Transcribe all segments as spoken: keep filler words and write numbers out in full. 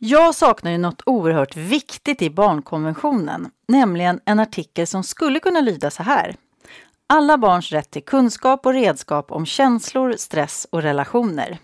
Jag saknar ju något oerhört viktigt i barnkonventionen, nämligen en artikel som skulle kunna lyda så här. Alla barns rätt till kunskap och redskap om känslor, stress och relationer.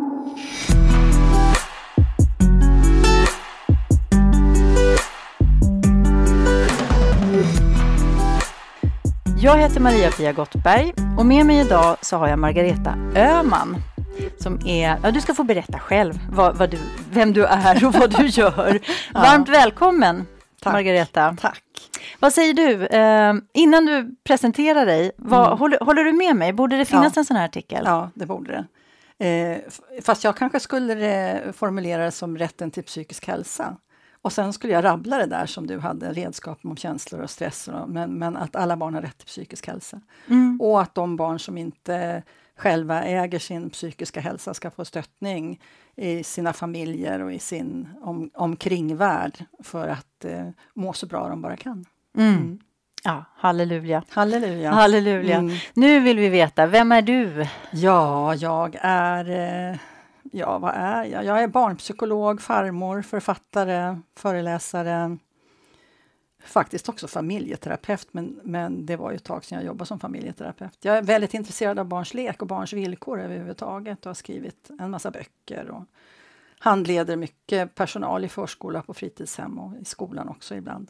Jag heter Maria-Pia Gottberg och med mig idag så har jag Margareta Öhman. Som är, ja, du ska få berätta själv vad, vad du, vem du är och vad du gör. Ja. Varmt välkommen, tack, Margareta. Tack. Vad säger du? Eh, innan du presenterar dig, vad, mm. håller, håller du med mig? Borde det finnas ja. en sån här artikel? Ja, det borde det. Eh, fast jag kanske skulle formulera det som rätten till psykisk hälsa. Och sen skulle jag rabbla det där som du hade, redskap om känslor och stress. Och, men, men att alla barn har rätt till psykisk hälsa. Mm. Och att de barn som inte själva äger sin psykiska hälsa ska få stöttning i sina familjer och i sin om, omkringvärld för att eh, må så bra de bara kan. Mm. Mm. Ja, halleluja. Halleluja. Halleluja. Mm. Nu vill vi veta, vem är du? Ja, jag är... Eh, ja, vad är jag? Jag är barnpsykolog, farmor, författare, föreläsare. Faktiskt också familjeterapeut, men, men det var ju ett tag sedan jag jobbade som familjeterapeut. Jag är väldigt intresserad av barns lek och barns villkor överhuvudtaget och har skrivit en massa böcker och handleder mycket personal i förskola, på fritidshem och i skolan också ibland.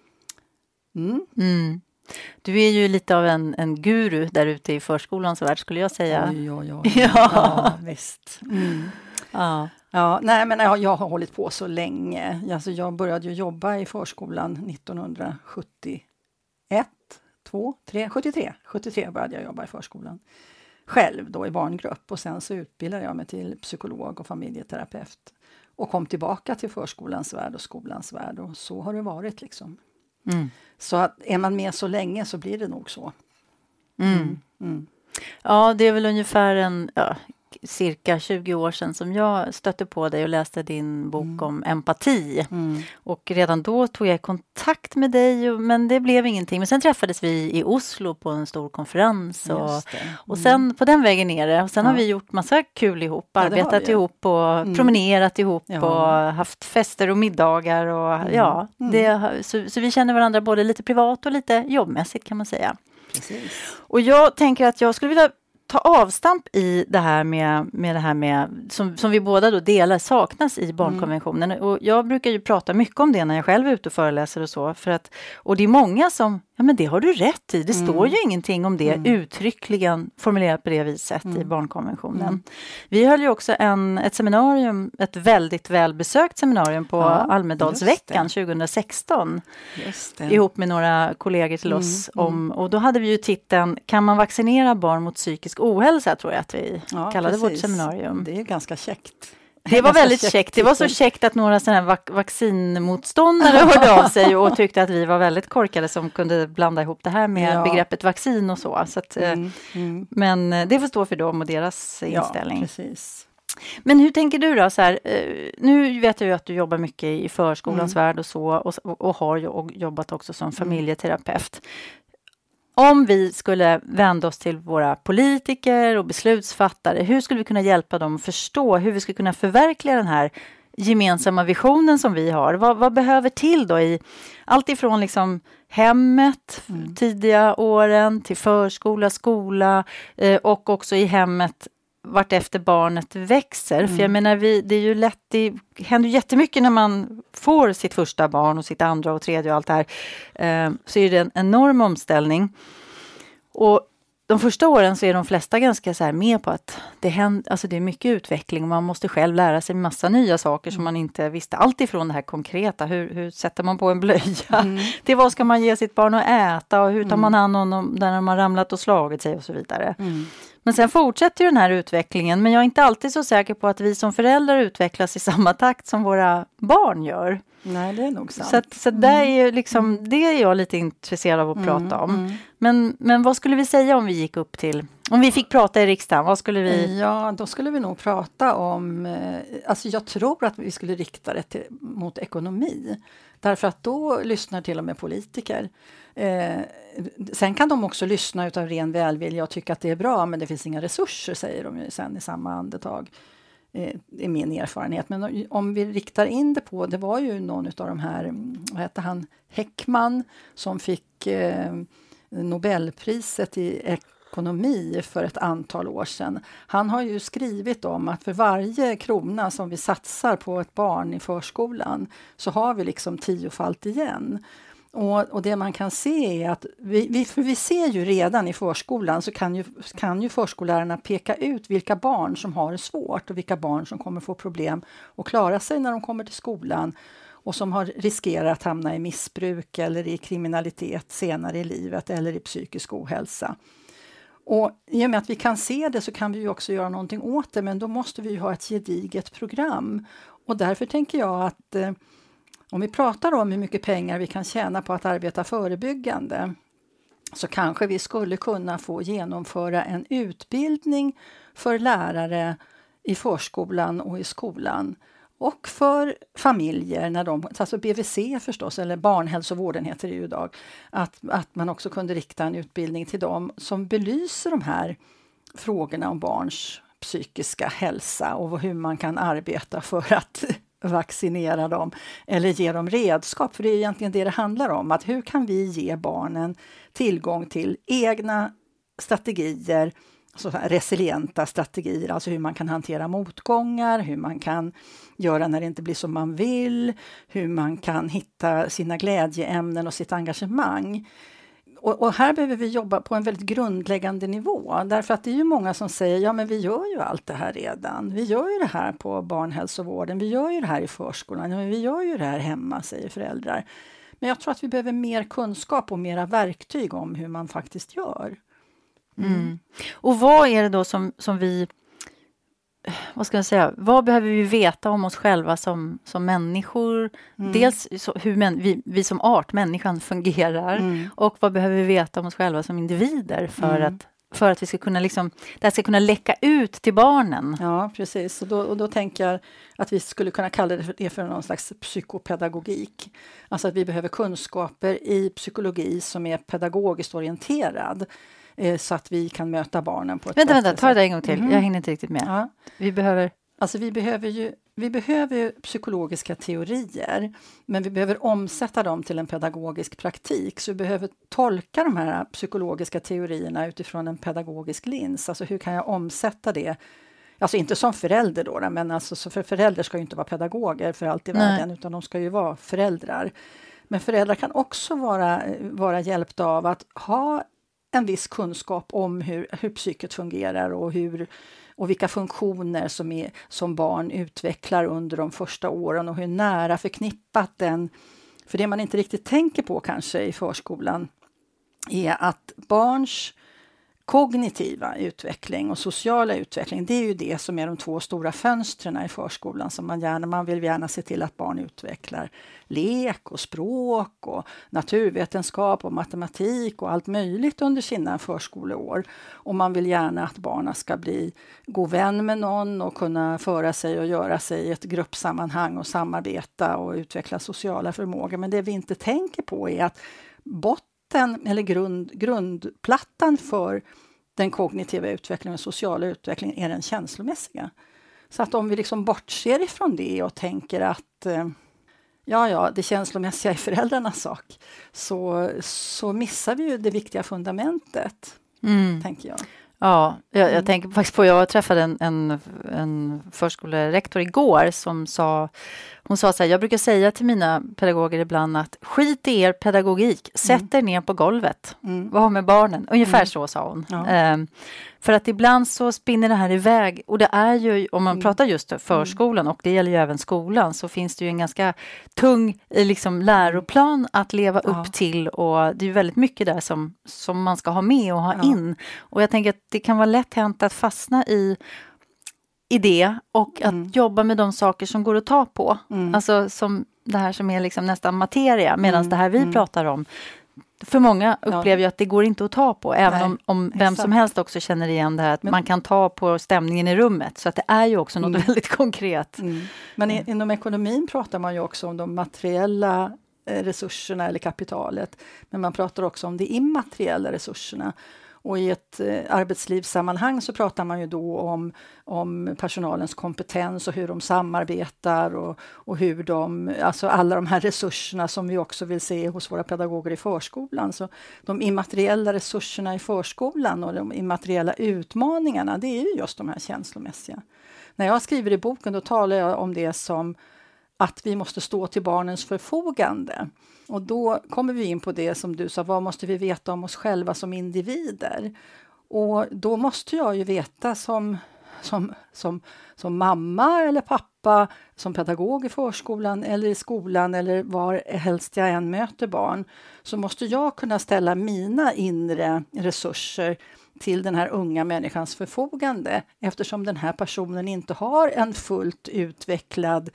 Mm. Mm. Du är ju lite av en, en guru där ute i förskolans värld, skulle jag säga. Oj, oj, oj. Ja, ja visst. Mm. Ja. Ja, nej, men jag, jag har hållit på så länge. Alltså, jag började ju jobba i förskolan nittonhundrasjuttioett, två, tre, sjuttiotre. sjuttiotre började jag jobba i förskolan. Själv då i barngrupp. Och sen så utbildade jag mig till psykolog och familjeterapeut. Och kom tillbaka till förskolans värld och skolans värld. Och så har det varit liksom. Mm. Så att är man med så länge så blir det nog så. Mm. Mm. Mm. Ja, det är väl ungefär en... Ja. cirka tjugo år sedan som jag stötte på dig och läste din bok mm. om empati. Mm. Och redan då tog jag kontakt med dig, men det blev ingenting. Men sen träffades vi i Oslo på en stor konferens. Och, mm. och sen på den vägen ner. Och sen ja. har vi gjort massa kul ihop. Ja, arbetat ihop och mm. promenerat ihop ja. och haft fester och middagar. Och, mm. ja, mm. det, så, så vi känner varandra både lite privat och lite jobbmässigt kan man säga. Precis. Och jag tänker att jag skulle vilja ta avstamp i det här med, med det här med som, som vi båda då delar saknas i barnkonventionen. Mm. Och jag brukar ju prata mycket om det när jag själv är ute och föreläser och så. För att, och det är många som, ja men det har du rätt i. Det mm. står ju ingenting om det mm. uttryckligen formulerat på det viset mm. i barnkonventionen. Mm. Vi höll ju också en, ett seminarium, ett väldigt välbesökt seminarium på ja, Almedalsveckan tjugohundrasexton. Just det. Ihop med några kollegor till oss. Mm. Om, och då hade vi ju titeln, kan man vaccinera barn mot psykisk ohälsa, tror jag att vi ja, kallade precis. vårt seminarium. Det är ganska käckt. Det var väldigt käckt. käckt. Det var så käckt att några sådana här vac- vaccinmotståndare hörde av sig och tyckte att vi var väldigt korkade som kunde blanda ihop det här med ja. begreppet vaccin och så. så att, mm, mm. Men det får stå för dem och deras inställning. Ja, precis. Men hur tänker du då? Så här, nu vet jag ju att du jobbar mycket i förskolans mm. värld och så och, och har jobbat också som familjeterapeut. Om vi skulle vända oss till våra politiker och beslutsfattare, hur skulle vi kunna hjälpa dem att förstå hur vi ska kunna förverkliga den här gemensamma visionen som vi har? Vad, vad behöver till då i allt ifrån liksom hemmet, mm. tidiga åren, till förskola, skola eh, och också i hemmet vart efter barnet växer. Mm. För jag menar, vi, det är ju lätt, det händer ju jättemycket när man får sitt första barn och sitt andra och tredje och allt det här. Eh, så är det en enorm omställning. Och de första åren så är de flesta ganska så här med på att det, händer, alltså det är mycket utveckling och man måste själv lära sig massa nya saker mm. som man inte visste. Allt ifrån det här konkreta, hur, hur sätter man på en blöja? Mm. Till vad ska man ge sitt barn att äta och hur tar man hand om dem när de har ramlat och slagit sig och så vidare. Mm. Men sen fortsätter ju den här utvecklingen, men jag är inte alltid så säker på att vi som föräldrar utvecklas i samma takt som våra barn gör. Nej, det är nog sant. Så, att, så där är liksom, det är jag lite intresserad av att mm, prata om. Mm. Men, men vad skulle vi säga om vi gick upp till, om vi fick prata i riksdagen, vad skulle vi... Ja, då skulle vi nog prata om, alltså jag tror att vi skulle rikta det till, mot ekonomi. Därför att då lyssnar till och med politiker. Eh, sen kan de också lyssna utav ren välvilja och tycka att det är bra, men det finns inga resurser, säger de ju sen i samma andetag. eh, är min erfarenhet. Men om vi riktar in det på, det var ju någon av de här, vad heter han, Heckman, som fick eh, Nobelpriset i ekonomi för ett antal år sedan. Han har ju skrivit om att för varje krona som vi satsar på ett barn i förskolan så har vi liksom tiofalt igen. Och, och det man kan se är att vi, vi, för vi ser ju redan i förskolan så kan ju, kan ju förskollärarna peka ut vilka barn som har det svårt och vilka barn som kommer få problem och klara sig när de kommer till skolan och som har riskerar att hamna i missbruk eller i kriminalitet senare i livet eller i psykisk ohälsa. Och i och med att vi kan se det så kan vi ju också göra någonting åt det, men då måste vi ju ha ett gediget program. Och därför tänker jag att eh, om vi pratar om hur mycket pengar vi kan tjäna på att arbeta förebyggande så kanske vi skulle kunna få genomföra en utbildning för lärare i förskolan och i skolan och för familjer, när de, alltså B V C förstås, eller barnhälsovården heter det ju idag, att, att man också kunde rikta en utbildning till dem som belyser de här frågorna om barns psykiska hälsa och hur man kan arbeta för att vaccinera dem eller ge dem redskap, för det är egentligen det det handlar om, att hur kan vi ge barnen tillgång till egna strategier, så här resilienta strategier, alltså hur man kan hantera motgångar, hur man kan göra när det inte blir som man vill, hur man kan hitta sina glädjeämnen och sitt engagemang. Och, och här behöver vi jobba på en väldigt grundläggande nivå, därför att det är ju många som säger, ja men vi gör ju allt det här redan. Vi gör ju det här på barnhälsovården, vi gör ju det här i förskolan, ja, men vi gör ju det här hemma, säger föräldrar. Men jag tror att vi behöver mer kunskap och mera verktyg om hur man faktiskt gör. Mm. Mm. Och vad är det då som, som vi, vad ska jag säga, vad behöver vi veta om oss själva som, som människor? Mm. Dels så, hur män, vi, vi som art, människan, fungerar. Mm. Och vad behöver vi veta om oss själva som individer för mm. att för att vi ska kunna liksom, det här ska kunna läcka ut till barnen. Ja, precis. Och då, och då tänker jag att vi skulle kunna kalla det för, det för någon slags psykopedagogik. Alltså att vi behöver kunskaper i psykologi som är pedagogiskt orienterad. Eh, så att vi kan möta barnen på ett Vänta, vänta, sätt. ta det en gång till. Mm. Jag hinner inte riktigt med. Ja. Vi behöver... Alltså vi behöver ju vi behöver ju psykologiska teorier, men vi behöver omsätta dem till en pedagogisk praktik. Så vi behöver tolka de här psykologiska teorierna utifrån en pedagogisk lins. Alltså hur kan jag omsätta det? Alltså inte som förälder då, men alltså, så för föräldrar ska ju inte vara pedagoger för allt i världen, utan de ska ju vara föräldrar. Men föräldrar kan också vara, vara hjälpta av att ha en viss kunskap om hur, hur psyket fungerar och hur och vilka funktioner som, är, som barn utvecklar under de första åren och hur nära förknippat den, för det man inte riktigt tänker på kanske i förskolan är att barns kognitiva utveckling och sociala utveckling, det är ju det som är de två stora fönstren i förskolan som man gärna, man vill gärna se till att barn utvecklar lek och språk och naturvetenskap och matematik och allt möjligt under sina förskoleår. Och man vill gärna att barnen ska bli god vän med någon och kunna föra sig och göra sig i ett gruppsammanhang och samarbeta och utveckla sociala förmågor. Men det vi inte tänker på är att botten eller grund, grundplattan för den kognitiva utvecklingen och sociala utvecklingen är den känslomässiga. Så att om vi liksom bortser ifrån det och tänker att eh, ja, ja, det känslomässiga är föräldrarnas sak, så, så missar vi ju det viktiga fundamentet, mm. tänker jag. Ja, jag, jag mm. tänker faktiskt på, jag träffade en, en, en förskolerektor igår som sa, hon sa så här, jag brukar säga till mina pedagoger ibland att skit i er pedagogik, sätt mm. er ner på golvet, mm. vad har med barnen, ungefär mm. så sa hon. Ja. Um, för att ibland så spinner det här iväg, och det är ju, om man mm. pratar just förskolan och det gäller ju även skolan, så finns det ju en ganska tung liksom, läroplan att leva ja. upp till, och det är ju väldigt mycket där som, som man ska ha med och ha ja. in. Och jag tänker att det kan vara lätt hänt att fastna i i det och att mm. jobba med de saker som går att ta på. Mm. Alltså som det här som är liksom nästan materia, medan mm. det här vi mm. pratar om, för många upplever ja. ju att det går inte att ta på, även Nej, om, om vem som helst också känner igen det här, att Men, man kan ta på stämningen i rummet, så att det är ju också något mm. väldigt konkret. Mm. Men i, inom ekonomin pratar man ju också om de materiella resurserna eller kapitalet, men man pratar också om de immateriella resurserna. Och i ett eh, arbetslivssammanhang så pratar man ju då om, om personalens kompetens och hur de samarbetar och, och hur de, alltså alla de här resurserna som vi också vill se hos våra pedagoger i förskolan. Så de immateriella resurserna i förskolan och de immateriella utmaningarna, det är ju just de här känslomässiga. När jag skriver i boken då talar jag om det som att vi måste stå till barnens förfogande. Och då kommer vi in på det som du sa, vad måste vi veta om oss själva som individer? Och då måste jag ju veta som, som, som, som mamma eller pappa, som pedagog i förskolan eller i skolan eller var helst jag än möter barn, så måste jag kunna ställa mina inre resurser till den här unga människans förfogande, eftersom den här personen inte har en fullt utvecklad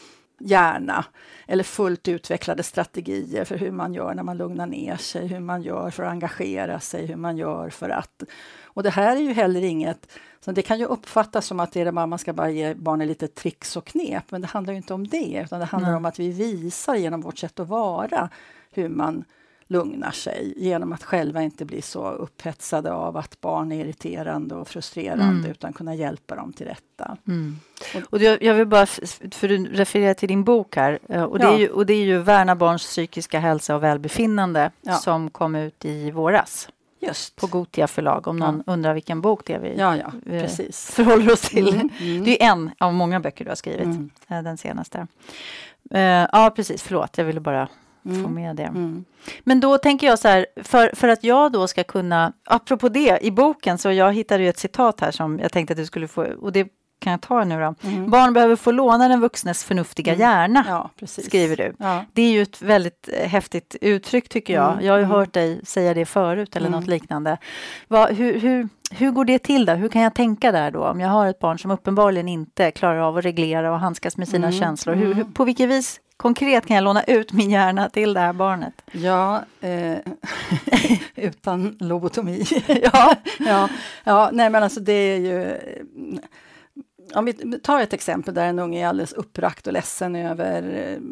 hjärna eller fullt utvecklade strategier för hur man gör när man lugnar ner sig, hur man gör för att engagera sig, hur man gör för att... Och det här är ju heller inget... Så det kan ju uppfattas som att det är där man ska bara ge barnen lite tricks och knep, men det handlar ju inte om det, utan det handlar mm. om att vi visar genom vårt sätt att vara hur man lugnar sig, genom att själva inte bli så upphetsade av att barn är irriterande och frustrerande, mm. utan kunna hjälpa dem till rätta. Mm. Och, och jag, jag vill bara, för du refererar till din bok här, och det, ja. är, ju, och det är ju Värna barns psykiska hälsa och välbefinnande ja. som kom ut i våras. Just. På Gotia förlag, om någon ja. undrar vilken bok det är vi ja, ja, precis. förhåller oss till. Mm, mm. Det är en av många böcker du har skrivit, mm. den senaste. Uh, ja, precis, förlåt, jag ville bara mm. få med det. Mm. Men då tänker jag så här, för, för att jag då ska kunna, apropå det, i boken så jag hittade ju ett citat här som jag tänkte att du skulle få, och det kan jag ta nu då. Mm. Barn behöver få låna den vuxnes förnuftiga mm. hjärna, ja, precis. skriver du. Ja. Det är ju ett väldigt häftigt uttryck tycker jag. Mm. Jag har ju hört dig säga det förut eller mm. något liknande. Va, hur, hur, hur går det till då? Hur kan jag tänka där då? Om jag har ett barn som uppenbarligen inte klarar av att reglera och handskas med sina mm. känslor. Hur, hur, på vilket vis konkret kan jag låna ut min hjärna till det här barnet? Ja, eh, utan lobotomi. ja, ja, ja, nej men alltså det är ju... Om vi tar ett exempel där en unge är alldeles upprakt och ledsen över eh,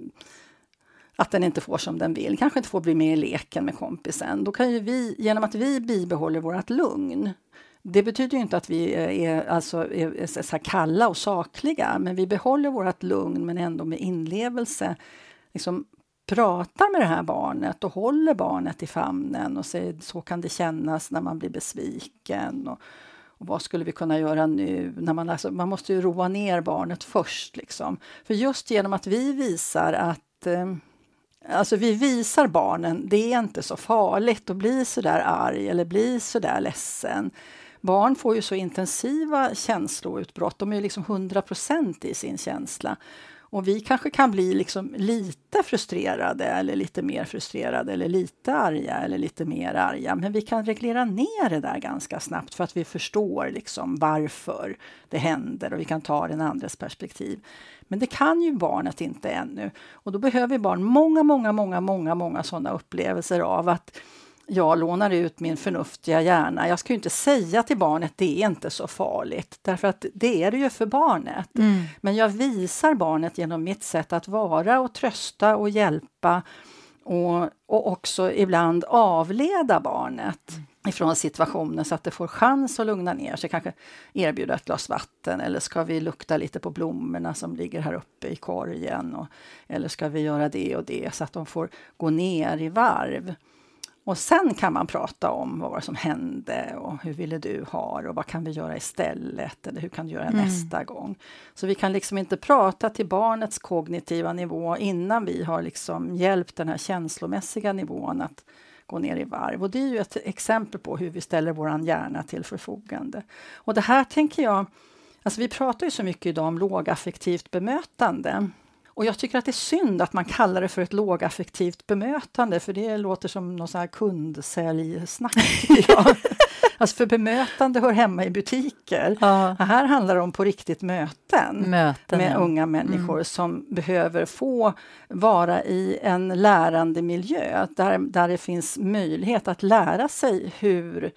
att den inte får som den vill, kanske inte får bli med i leken med kompisen. Då kan ju vi, genom att vi bibehåller vårt lugn, det betyder ju inte att vi är, alltså, är, är så här kalla och sakliga, men vi behåller vårt lugn men ändå med inlevelse liksom pratar med det här barnet och håller barnet i famnen och säger så kan det kännas när man blir besviken och Och vad skulle vi kunna göra nu? När man, alltså, man måste ju roa ner barnet först. Liksom. För just genom att vi visar att... Eh, alltså vi visar barnen, det är inte så farligt att bli så där arg eller bli så där ledsen. Barn får ju så intensiva känsloutbrott. De är liksom hundra procent i sin känsla. Och vi kanske kan bli liksom lite frustrerade eller lite mer frustrerade eller lite arga eller lite mer arga. Men vi kan reglera ner det där ganska snabbt för att vi förstår liksom varför det händer och vi kan ta den andres perspektiv. Men det kan ju barnet inte ännu. Och då behöver barn många, många, många, många, många sådana upplevelser av att jag lånar ut min förnuftiga hjärna. Jag ska ju inte säga till barnet det är inte så farligt. Därför att det är det ju för barnet. Mm. Men jag visar barnet genom mitt sätt att vara och trösta och hjälpa. Och, och också ibland avleda barnet mm. ifrån situationen så att det får chans att lugna ner sig. Kanske erbjuda ett glas vatten eller ska vi lukta lite på blommorna som ligger här uppe i korgen. Och, eller ska vi göra det och det så att de får gå ner i varv. Och sen kan man prata om vad var som hände och hur ville du ha och vad kan vi göra istället eller hur kan du göra mm. nästa gång. Så vi kan liksom inte prata till barnets kognitiva nivå innan vi har liksom hjälpt den här känslomässiga nivån att gå ner i varv. Och det är ju ett exempel på hur vi ställer våran hjärna till förfogande. Och det här tänker jag, alltså vi pratar ju så mycket idag om lågaffektivt bemötande. Och jag tycker att det är synd att man kallar det för ett lågaffektivt bemötande. För det låter som någon sån här kundsäljsnack tycker jag. Alltså för bemötande hör hemma i butiker. Ja. Här handlar det om på riktigt möten, möten med ja. unga människor mm. som behöver få vara i en lärande miljö. Där, där det finns möjlighet att lära sig hur...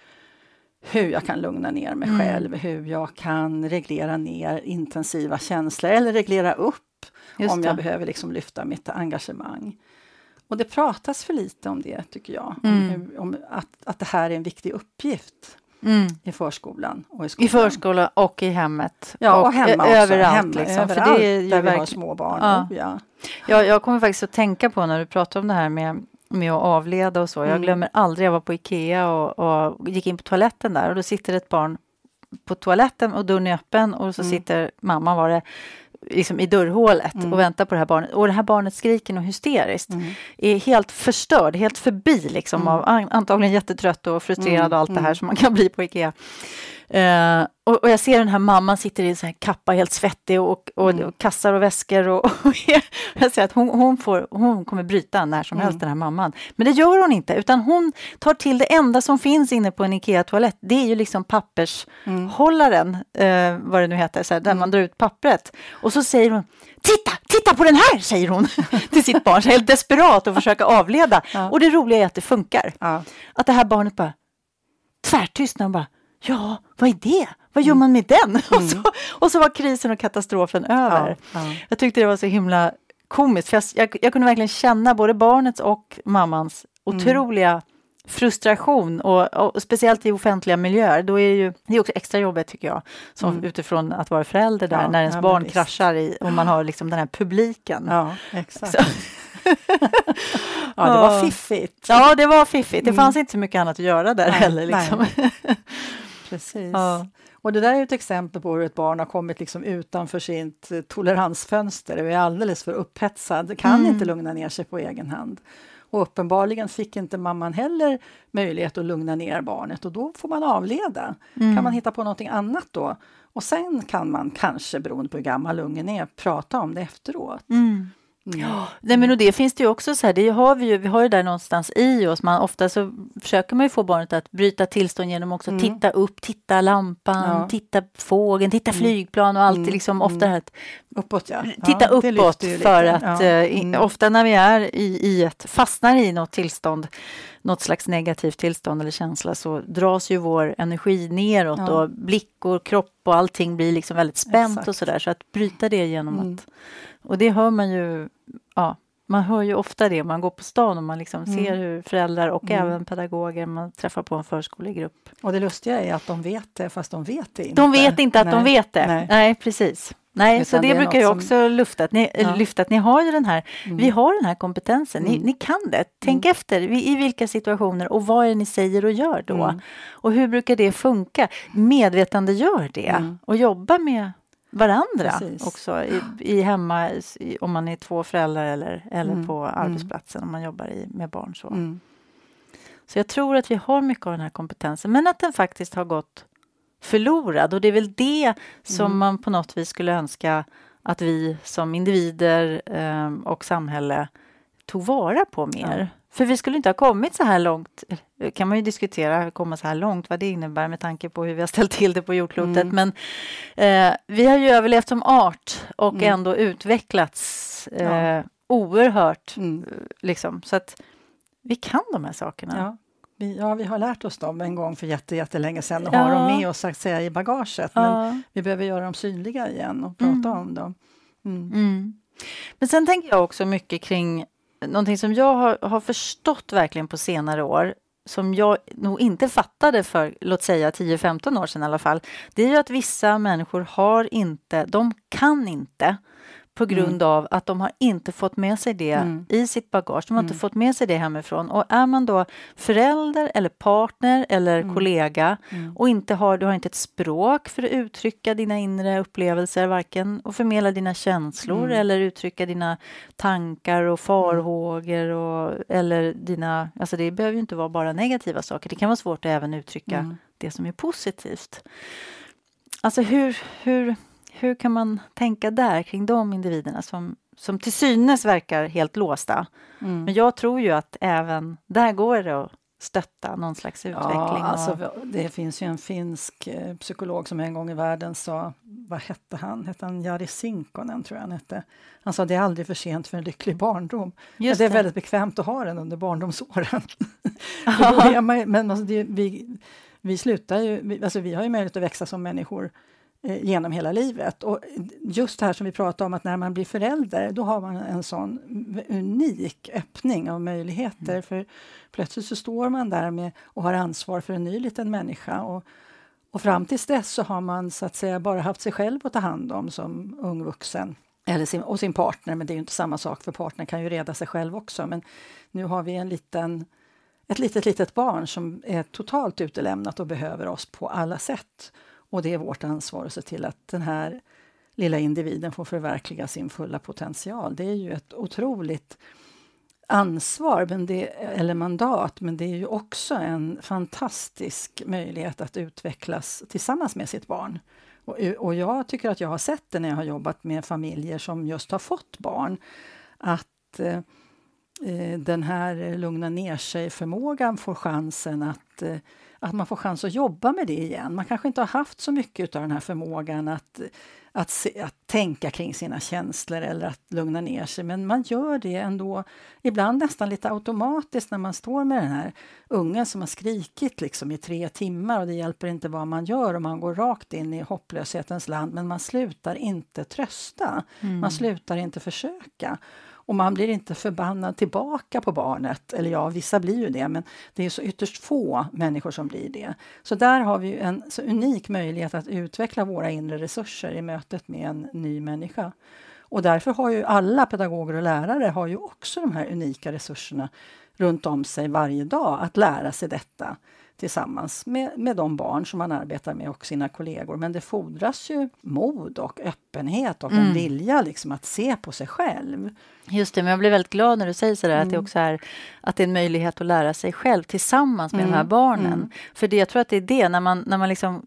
hur jag kan lugna ner mig mm. själv, hur jag kan reglera ner intensiva känslor eller reglera upp Just om jag det. behöver liksom lyfta mitt engagemang. och det pratas för lite om det, tycker jag. Mm. Om, hur, om att, att det här är en viktig uppgift mm. i förskolan och i skolan. I förskola och i hemmet. Ja, och, och hemma också. Överallt. Hemma, liksom, överallt för det är ju där vi verkl- har små barn. Ja. Oh, ja. Jag, jag kommer faktiskt att tänka på när du pratar om det här med, med att avleda och så. Jag Mm. glömmer aldrig, jag var på Ikea och, och gick in på toaletten där och då sitter ett barn på toaletten och dörren är öppen och så mm. sitter mamma var det liksom i dörrhålet mm. och väntar på det här barnet. Och det här barnet skriker nog hysteriskt. Mm. Är helt förstörd, helt förbi liksom mm. av antagligen jättetrött och frustrerad mm. och allt det här som man kan bli på Ikea. Uh, och, och jag ser den här mamman sitter i en sån här kappa helt svettig och, och, mm. och kassar och väskor och, och jag ser att hon, hon, får, hon kommer bryta när som helst mm. den här mamman. Men det gör hon inte utan hon tar till det enda som finns inne på en Ikea-toalett. Det är ju liksom pappershållaren mm. uh, vad det nu heter, så här, där mm. man drar ut pappret. Och så säger hon, titta, titta på den här, säger hon till sitt barn. Så helt desperat att försöka avleda. Ja. Och det roliga är att det funkar. Ja. Att det här barnet bara tvärtystnar och bara ja, vad är det? Vad gör man med den? Mm. Och, så, och så var krisen och katastrofen över. Ja, ja. Jag tyckte det var så himla komiskt. För jag, jag, jag kunde verkligen känna både barnets och mammans mm. otroliga frustration. Och, och speciellt i offentliga miljöer. Då är det ju det är också extra jobbigt tycker jag. Som mm. utifrån att vara förälder där. Ja, när ens ja, barn kraschar i, och man har liksom den här publiken. Ja, exakt. Så. Ja, det var fiffigt. Ja, det var fiffigt. Det fanns mm. inte så mycket annat att göra där nej, heller. Liksom. Precis. Ja. Och det där är ett exempel på hur ett barn har kommit liksom utanför sitt toleransfönster. Det är alldeles för upphetsad. Kan mm. inte lugna ner sig på egen hand. Och uppenbarligen fick inte mamman heller möjlighet att lugna ner barnet. Och då får man avleda. Mm. Kan man hitta på någonting annat då? Och sen kan man kanske, beroende på hur gammal ungen är, prata om det efteråt. Mm. Mm. Ja, nej, men och det finns det ju också så här, det har vi ju, vi har ju där någonstans i oss, man, ofta så försöker man ju få barnet att bryta tillstånd genom också mm. titta upp, titta lampan, ja. titta fågeln, titta mm. flygplan och allt mm. liksom ofta här, uppåt ja. titta ja, uppåt för att ja. mm. eh, ofta när vi är i, i ett, fastnar i något tillstånd, något slags negativt tillstånd eller känsla så dras ju vår energi neråt ja. och blick och kropp och allting blir liksom väldigt spänt Exakt. och sådär, så att bryta det genom mm. att och det hör man ju, ja, man hör ju ofta det, man går på stan och man liksom mm. ser hur föräldrar och mm. även pedagoger, man träffar på en förskolegrupp. Och det lustiga är att de vet det, fast de vet det inte. De vet inte att Nej. de vet det, nej, nej precis. Nej, Utan så det, det brukar jag också som... lyfta, att ni, ja. lyfta att ni har ju den här, mm. vi har den här kompetensen, ni, mm. ni kan det. Tänk mm. efter i, i vilka situationer och vad är det ni säger och gör då? Mm. Och hur brukar det funka? Medvetande gör det mm. och jobba med varandra Precis. också i, i hemma i, om man är två föräldrar eller, eller mm. på arbetsplatsen om man jobbar i, med barn så. Mm. Så jag tror att vi har mycket av den här kompetensen men att den faktiskt har gått förlorad och det är väl det som mm. man på något vis skulle önska att vi som individer eh, och samhälle tog vara på mer. Ja. För vi skulle inte ha kommit så här långt, kan man ju diskutera, komma så här långt, vad det innebär med tanke på hur vi har ställt till det på jordklotet. Mm. Men eh, vi har ju överlevt som art och mm. ändå utvecklats eh, ja. oerhört. Mm. Liksom, så att vi kan de här sakerna. Ja. Vi, ja, vi har lärt oss dem en gång för jätte, jättelänge sedan och ja. har dem med oss att säga, i bagaget. Men ja. vi behöver göra dem synliga igen och prata mm. om dem. Mm. Mm. Men sen tänker jag också mycket kring någonting som jag har, har förstått verkligen på senare år, som jag nog inte fattade för, låt säga tio femton år sedan i alla fall, det är ju att vissa människor har inte, de kan inte på grund mm. av att de har inte fått med sig det mm. i sitt bagage. De har mm. inte fått med sig det hemifrån. Och är man då förälder eller partner eller mm. kollega mm. och inte har, du har inte ett språk för att uttrycka dina inre upplevelser, varken och förmedla dina känslor mm. eller uttrycka dina tankar och farhågor och, eller dina, alltså det behöver ju inte vara bara negativa saker. Det kan vara svårt att även uttrycka mm. det som är positivt. Alltså hur, hur Hur kan man tänka där kring de individerna som, som till synes verkar helt låsta? Mm. Men jag tror ju att även där går det att stötta någon slags utveckling. Ja, alltså, och... det finns ju en finsk eh, psykolog som en gång i världen sa, vad hette han? Hette han Jari Sinkkonen tror jag han hette. Han sa, det är aldrig för sent för en lycklig barndom. Just det är det. Väldigt bekvämt att ha den under barndomsåren. man, men alltså, det, vi, vi slutar ju, vi, alltså, vi har ju möjlighet att växa som människor eh, genom hela livet. Och just det här som vi pratade om, att när man blir förälder, då har man en sån unik öppning av möjligheter. Mm. För plötsligt så står man där med och har ansvar för en ny liten människa. Och, och fram tills dess så har man så att säga bara haft sig själv att ta hand om som ung vuxen. Eller sin, och sin partner, men det är ju inte samma sak, för partner kan ju reda sig själv också. Men nu har vi en liten, ett litet, litet barn som är totalt utelämnat och behöver oss på alla sätt. Och det är vårt ansvar att se till att den här lilla individen får förverkliga sin fulla potential. Det är ju ett otroligt ansvar, men det, eller mandat, men det är ju också en fantastisk möjlighet att utvecklas tillsammans med sitt barn. Och, och jag tycker att jag har sett det när jag har jobbat med familjer som just har fått barn, att eh, den här lugna ner sig-förmågan får chansen att, eh, att man får chans att jobba med det igen. Man kanske inte har haft så mycket av den här förmågan att, att, se, att tänka kring sina känslor eller att lugna ner sig, men man gör det ändå ibland nästan lite automatiskt när man står med den här ungen som har skrikit liksom i tre timmar och det hjälper inte vad man gör och man går rakt in i hopplöshetens land, men man slutar inte trösta, mm. man slutar inte försöka. Och man blir inte förbannad tillbaka på barnet. Eller ja, vissa blir ju det, men det är så ytterst få människor som blir det. Så där har vi ju en så unik möjlighet att utveckla våra inre resurser i mötet med en ny människa. Och därför har ju alla pedagoger och lärare har ju också de här unika resurserna runt om sig varje dag att lära sig detta tillsammans med, med de barn som man arbetar med och sina kollegor. Men det fordras ju mod och öppenhet och mm. en vilja liksom att se på sig själv. Just det, men jag blir väldigt glad när du säger sådär mm. att det också är att det är en möjlighet att lära sig själv tillsammans med mm. de här barnen. Mm. För det, jag tror att det är det, när man, när man liksom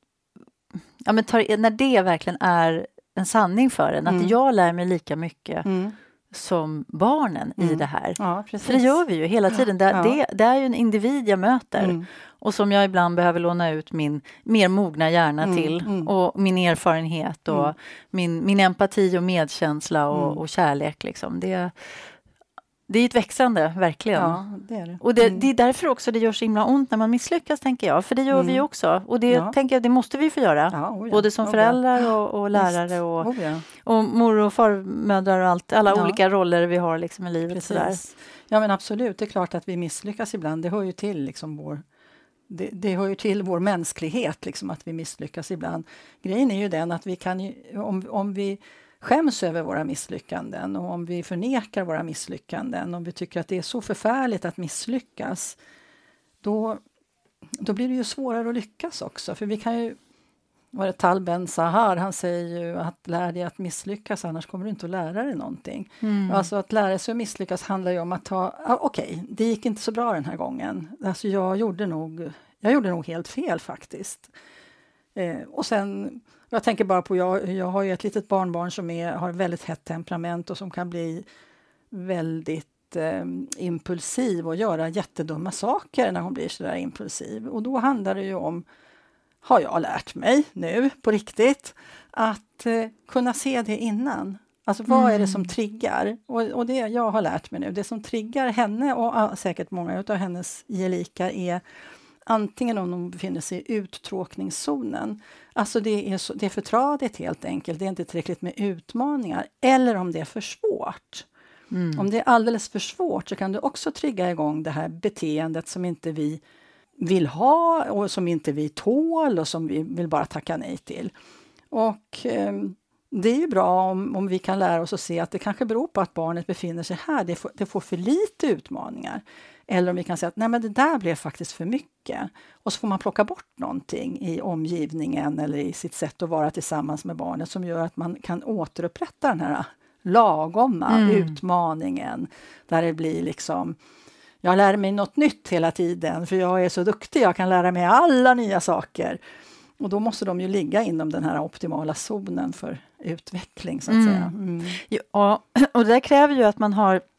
ja, men tar, när det verkligen är en sanning för en, mm. att jag lär mig lika mycket mm. som barnen mm. i det här. Ja, för det gör vi ju hela tiden. Det, ja. det, det är ju en individ jag möter. Mm. Och som jag ibland behöver låna ut min mer mogna hjärna mm. till. Mm. Och min erfarenhet och mm. min, min empati och medkänsla och, mm. och kärlek. Liksom. Det, det är ett växande, verkligen. Ja, det är det. Och det, mm. det är därför också det gör så himla ont när man misslyckas, tänker jag. För det gör mm. vi också. Och det ja. tänker jag, det måste vi få göra. Ja, oh ja. Både som oh föräldrar ja. och, och lärare och, oh ja. och mor- och farmödrar och allt. Alla ja. olika roller vi har liksom i livet. Sådär. Ja, men absolut. Det är klart att vi misslyckas ibland. Det hör ju till liksom vår... Det, det hör ju till vår mänsklighet liksom, att vi misslyckas ibland. Grejen är ju den att vi kan ju, om, om vi skäms över våra misslyckanden och om vi förnekar våra misslyckanden, om vi tycker att det är så förfärligt att misslyckas, då, då blir det ju svårare att lyckas också. För vi kan ju, var det Tal Ben Sahar, han säger ju att lär dig att misslyckas, annars kommer du inte att lära dig någonting. Mm. Alltså att lära sig att misslyckas handlar ju om att ta, ah, okej, okay, det gick inte så bra den här gången. Alltså jag gjorde nog, jag gjorde nog helt fel faktiskt. Eh, och sen, jag tänker bara på, jag, jag har ju ett litet barnbarn som är, har väldigt hett temperament och som kan bli väldigt eh, impulsiv och göra jättedumma saker när hon blir så där impulsiv. Och då handlar det ju om, har jag lärt mig nu på riktigt, att eh, kunna se det innan. Alltså vad mm. är det som triggar? Och, och det jag har lärt mig nu, det som triggar henne och ah, säkert många av hennes gelikar är antingen om de befinner sig i uttråkningszonen. Alltså det är, så, det är för tradigt helt enkelt, det är inte tillräckligt med utmaningar. Eller om det är för svårt. Mm. Om det är alldeles för svårt så kan det också trigga igång det här beteendet som inte vi vill ha och som inte vi tål och som vi vill bara tacka nej till. Och eh, det är ju bra om, om vi kan lära oss att se att det kanske beror på att barnet befinner sig här. Det får, det får för lite utmaningar. Eller om vi kan säga att nej, men det där blev faktiskt för mycket. Och så får man plocka bort någonting i omgivningen eller i sitt sätt att vara tillsammans med barnet som gör att man kan återupprätta den här lagomma mm. utmaningen. Där det blir liksom, jag lär mig något nytt hela tiden för jag är så duktig, jag kan lära mig alla nya saker. Och då måste de ju ligga inom den här optimala zonen för utveckling så att mm. säga. Mm. Ja, och det kräver ju att man har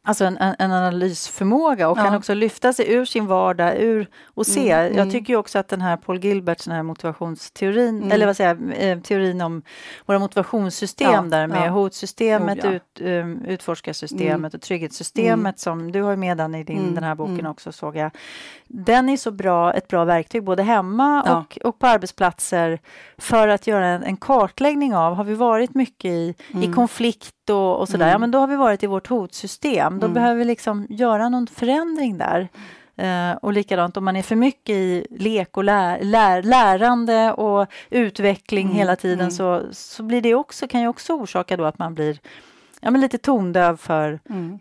alltså en, en analysförmåga och ja. kan också lyfta sig ur sin vardag ur och se. Mm, jag tycker ju också att den här Paul Gilberts den här motivationsteorin, mm. eller vad säger jag, teorin om våra motivationssystem ja, där med ja. hotsystemet, oh, ja. ut, um, utforskarsystemet mm. och trygghetssystemet mm. som du har med den i din, mm. den här boken mm. också såg jag. Den är så bra, ett bra verktyg både hemma ja. och, och på arbetsplatser för att göra en, en kartläggning av, har vi varit mycket i, mm. i konflikt och, och sådär, mm. ja men då har vi varit i vårt hotsystem. Då mm. behöver vi liksom göra någon förändring där. Uh, och likadant om man är för mycket i lek och lär, lär, lärande och utveckling mm. hela tiden mm. så, så blir det också, kan ju också orsaka då att man blir ja, men lite tondöv för mm.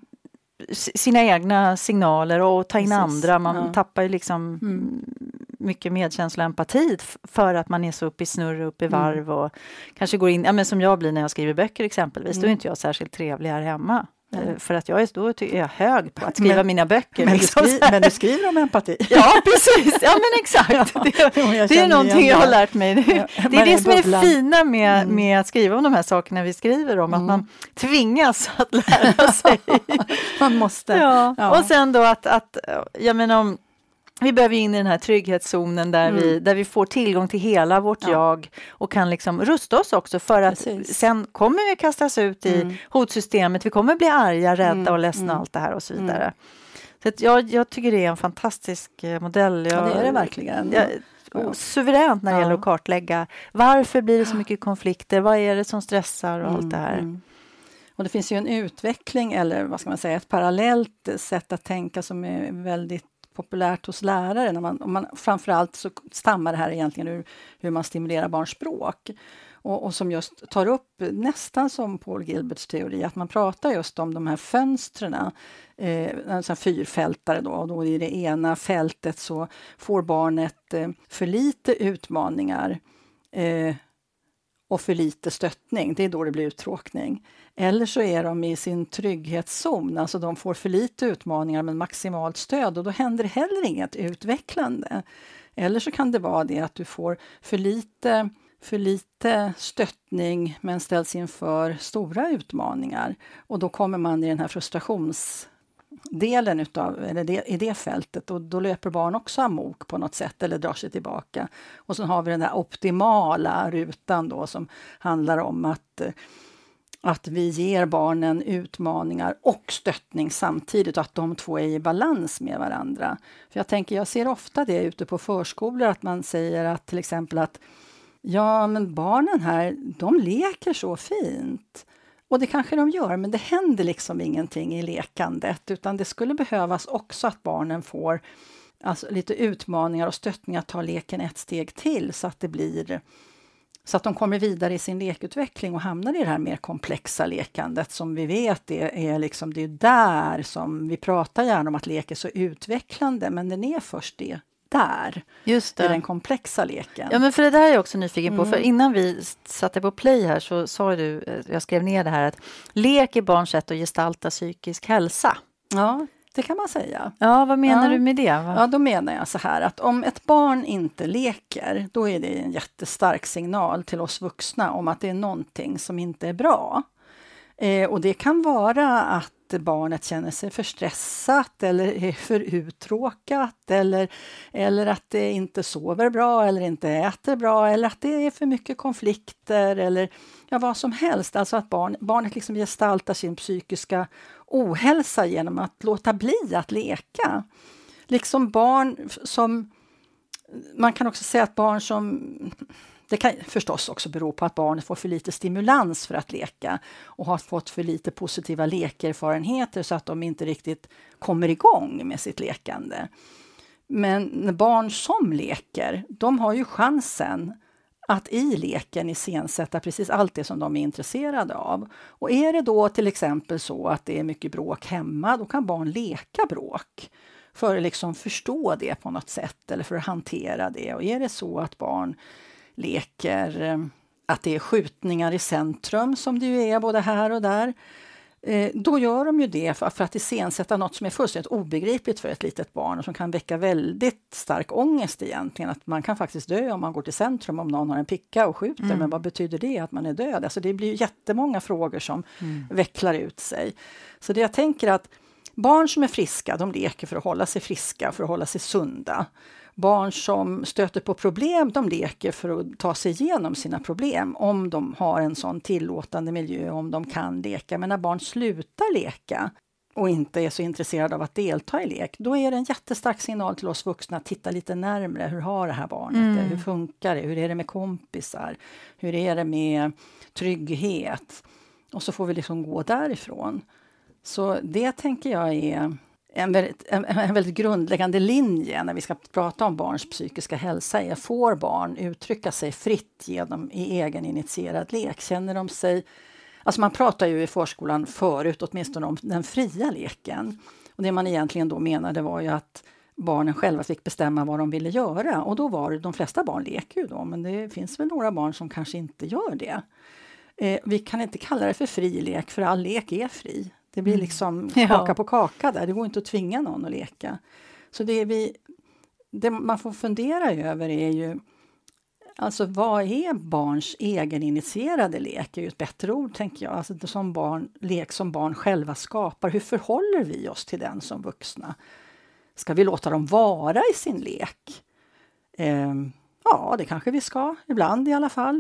sina egna signaler och ta in Precis. andra. Man ja. tappar ju liksom mm. mycket medkänsla och empati för att man är så uppe i snurr och uppe i varv mm. och kanske går in, ja men som jag blir när jag skriver böcker exempelvis, mm. då är inte jag särskilt trevlig här hemma. Mm. För att jag är, då är jag hög på att skriva men, mina böcker. Men du, skri, men du skriver om empati. Ja, precis. Ja, men exakt. Ja, det, det är någonting jag har lärt mig. Det, ja, det är det som är det fina med, mm. med att skriva om de här sakerna vi skriver om. Mm. Att man tvingas att lära sig. Man måste. Ja. Ja. Och sen då att, att jag menar om vi behöver in i den här trygghetszonen där, mm. vi, där vi får tillgång till hela vårt ja. jag och kan liksom rusta oss också för att Precis. sen kommer vi kastas ut i mm. hotsystemet. Vi kommer bli arga, rädda mm. och ledsna mm. allt det här och så vidare. Mm. Så att jag, jag tycker det är en fantastisk modell. Jag, ja, det är det verkligen. Jag, ja. Suveränt när det ja. gäller att kartlägga. Varför blir det så mycket konflikter? Vad är det som stressar och mm. allt det här? Mm. Och det finns ju en utveckling eller vad ska man säga, ett parallellt sätt att tänka som är väldigt populärt hos lärare. När man, och man, framförallt så stammar det här egentligen ur hur man stimulerar barns språk. Och, och som just tar upp nästan som Paul Gilberts teori, att man pratar just om de här fönstren. Eh, en sån här fyrfältare då, och då i det ena fältet så får barnet eh, för lite utmaningar eh, och för lite stöttning. Det är då det blir uttråkning. Eller så är de i sin trygghetszon, alltså de får för lite utmaningar men maximalt stöd och då händer det heller inget utvecklande. Eller så kan det vara det att du får för lite, för lite stöttning men ställs inför stora utmaningar och då kommer man i den här frustrationsdelen utav, eller det, i det fältet och då löper barn också amok på något sätt eller drar sig tillbaka. Och så har vi den där optimala rutan då som handlar om att att vi ger barnen utmaningar och stöttning samtidigt och att de två är i balans med varandra. För jag tänker, jag ser ofta det ute på förskolor att man säger att till exempel att ja, men barnen här, de leker så fint. Och det kanske de gör, men det händer liksom ingenting i lekandet utan det skulle behövas också att barnen får alltså, lite utmaningar och stöttning att ta leken ett steg till så att det blir så att de kommer vidare i sin lekutveckling och hamnar i det här mer komplexa lekandet som vi vet det är liksom det är där som vi pratar gärna om att lek är så utvecklande men den är först det där. Just det. I den komplexa leken. Ja men för det där är jag också nyfiken på mm. för innan vi satte på play här så sa du, jag skrev ner det här att lek är barns sätt att gestalta psykisk hälsa. Ja. Det kan man säga. Ja, vad menar ja. du med det? Va? Ja, då menar jag så här att om ett barn inte leker, då är det en jättestark signal till oss vuxna om att det är någonting som inte är bra. Eh, och det kan vara att barnet känner sig för stressat eller är för uttråkat eller, eller att det inte sover bra eller inte äter bra eller att det är för mycket konflikter eller ja, vad som helst. Alltså att barn, barnet liksom gestaltar sin psykiska ohälsa genom att låta bli att leka. Liksom barn som, man kan också säga att barn som, det kan förstås också bero på att barnet får för lite stimulans för att leka och har fått för lite positiva lekerfarenheter så att de inte riktigt kommer igång med sitt lekande. Men barn som leker, de har ju chansen att i leken iscensätta precis allt det som de är intresserade av. Och är det då till exempel så att det är mycket bråk hemma, då kan barn leka bråk för att liksom förstå det på något sätt eller för att hantera det. Och är det så att barn leker att det är skjutningar i centrum som det ju är både här och där, då gör de ju det för att iscensätta något som är fullständigt obegripligt för ett litet barn och som kan väcka väldigt stark ångest egentligen. Att man kan faktiskt dö om man går till centrum om någon har en picka och skjuter. Mm. Men vad betyder det att man är död? Alltså det blir ju jättemånga frågor som mm. vecklar ut sig. Så det jag tänker att barn som är friska, de leker för att hålla sig friska, för att hålla sig sunda. Barn som stöter på problem, de leker för att ta sig igenom sina problem. Om de har en sån tillåtande miljö, om de kan leka. Men när barn slutar leka och inte är så intresserade av att delta i lek, då är det en jättestark signal till oss vuxna att titta lite närmare. Hur har det här barnet mm. det? Hur funkar det? Hur är det med kompisar? Hur är det med trygghet? Och så får vi liksom gå därifrån. Så det tänker jag är en väldigt, en, en väldigt grundläggande linje när vi ska prata om barns psykiska hälsa. Är, får barn uttrycka sig fritt genom i egen initierad lek? Känner de sig... Alltså man pratar ju i förskolan förut åtminstone om den fria leken. Och det man egentligen då menade var ju att barnen själva fick bestämma vad de ville göra. Och då var det, de flesta barn leker ju då, men det finns väl några barn som kanske inte gör det. Eh, vi kan inte kalla det för fri lek, för all lek är fri. Det blir liksom mm. kaka ja. på kaka där. Det går inte att tvinga någon att leka. Så det, vi, det man får fundera över är ju... Alltså vad är barns egeninitierade lek? Är ju ett bättre ord tänker jag. Alltså det som barn, lek som barn själva skapar. Hur förhåller vi oss till den som vuxna? Ska vi låta dem vara i sin lek? Eh, ja, det kanske vi ska. Ibland i alla fall.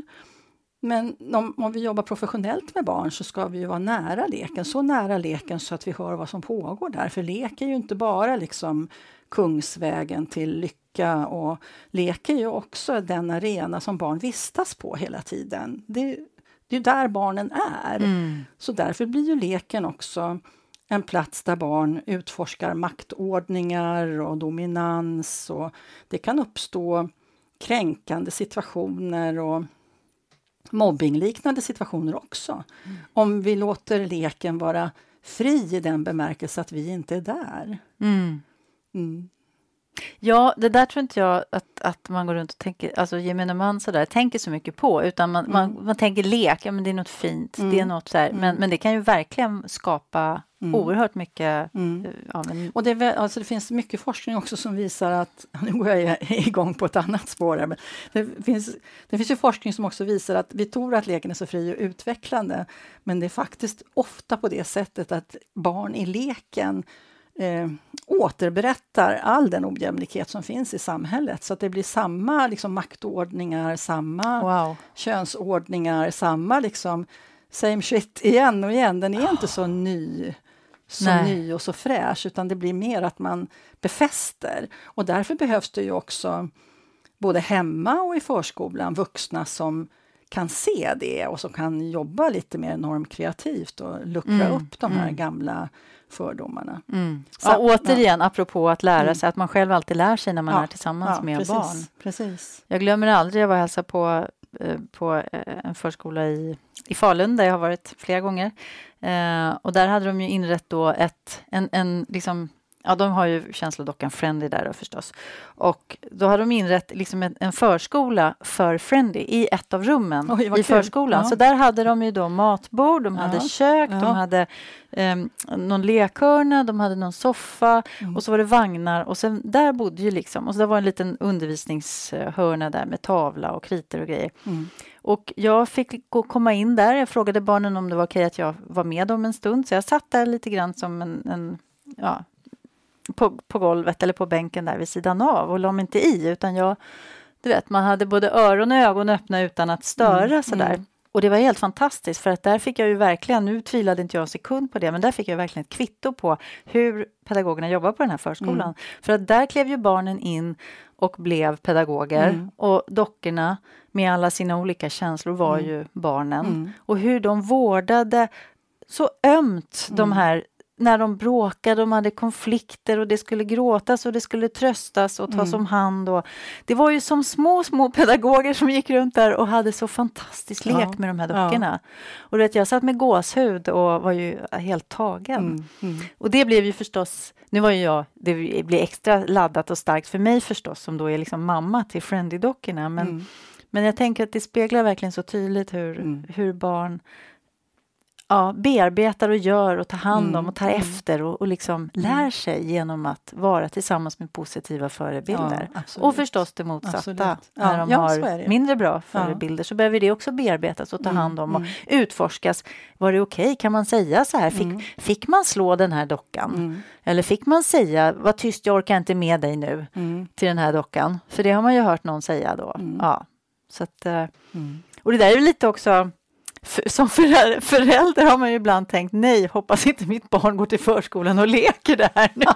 Men om, om vi jobbar professionellt med barn så ska vi ju vara nära leken. Så nära leken så att vi hör vad som pågår där. För lek är ju inte bara liksom kungsvägen till lycka. Och lek är ju också den arena som barn vistas på hela tiden. Det, det är där barnen är. Mm. Så därför blir ju leken också en plats där barn utforskar maktordningar och dominans. Och det kan uppstå kränkande situationer och mobbingliknande situationer också. Mm. Om vi låter leken vara fri i den bemärkelse att vi inte är där. Mm. Mm. Ja, det där tror inte jag att, att man går runt och tänker, alltså gemene man sådär, tänker så mycket på, utan man, mm. man, man tänker lek, ja men det är något fint, mm. det är något så här, mm. men, men det kan ju verkligen skapa mm. oerhört mycket. Mm. Ja, men... Och det, är, alltså det finns mycket forskning också som visar att, nu går jag igång på ett annat spår här, men det finns, det finns ju forskning som också visar att vi tror att leken är så fri och utvecklande, men det är faktiskt ofta på det sättet att barn i leken Eh, återberättar all den ojämlikhet som finns i samhället. Så att det blir samma liksom, maktordningar, samma wow. könsordningar, samma liksom, same shit igen och igen. Den är oh. inte så ny, så ny och så fräsch, utan det blir mer att man befäster. Och därför behövs det ju också både hemma och i förskolan vuxna som kan se det och som kan jobba lite mer normkreativt och luckra mm. upp de här mm. gamla fördomarna. Mm. Så, ja, återigen, ja. apropå att lära sig, mm. att man själv alltid lär sig när man ja. är tillsammans ja, med precis, barn. Precis. Jag glömmer aldrig, jag var och hälsade på, på en förskola i, i Falun, där jag har varit flera gånger. Eh, och där hade de ju inrett då ett, en, en liksom, ja, de har ju känslodockan Friendly där då förstås. Och då har de inrett liksom en, en förskola för Friendly i ett av rummen Oj, i kul. förskolan. Ja. Så där hade de ju då matbord, de ja. hade kök, ja. de hade um, någon lekhörna, de hade någon soffa mm. och så var det vagnar. Och sen där bodde ju liksom, och så där var en liten undervisningshörna där med tavla och kritor och grejer. Mm. Och jag fick gå, komma in där, jag frågade barnen om det var okej att jag var med dem en stund. Så jag satt där lite grann som en, en ja... På, på golvet eller på bänken där vid sidan av och la mig inte i, utan jag, du vet, man hade både öron och ögon öppna utan att störa mm, sådär. Mm. Och det var helt fantastiskt, för att där fick jag ju verkligen, nu tvivlade inte jag en sekund på det, men där fick jag verkligen ett kvitto på hur pedagogerna jobbar på den här förskolan. Mm. För att där klev ju barnen in och blev pedagoger mm. och dockorna med alla sina olika känslor var mm. ju barnen. Mm. Och hur de vårdade så ömt mm. de här, när de bråkade, de hade konflikter och det skulle gråtas och det skulle tröstas och tas mm. om hand. Och det var ju som små, små pedagoger som gick runt där och hade så fantastisk lek ja. med de här dockorna. Ja. Och vet, jag satt med gåshud och var ju helt tagen. Mm. Mm. Och det blev ju förstås, nu var ju jag, det blev extra laddat och starkt för mig förstås, som då är liksom mamma till Friendly-dockorna. Men, mm. men jag tänker att det speglar verkligen så tydligt hur, mm. hur barn ja, bearbetar och gör och tar hand om Mm. och tar Mm. efter och, och liksom Mm. lär sig genom att vara tillsammans med positiva förebilder. Ja, absolut. Och förstås det motsatta. Absolut. När Ja, de ja, så är har det. mindre bra Ja. förebilder så behöver det också bearbetas och ta Mm, hand om och mm. utforskas. Var det okej? Kan man säga så här? Fick, Mm. fick man slå den här dockan? Mm. Eller fick man säga, vad tyst, jag orkar inte med dig nu Mm. till den här dockan? För det har man ju hört någon säga då. Mm. Ja. Så att, eh, Mm. och det där är ju lite också, för, som förälder, förälder har man ju ibland tänkt, nej, hoppas inte mitt barn går till förskolan och leker där nu.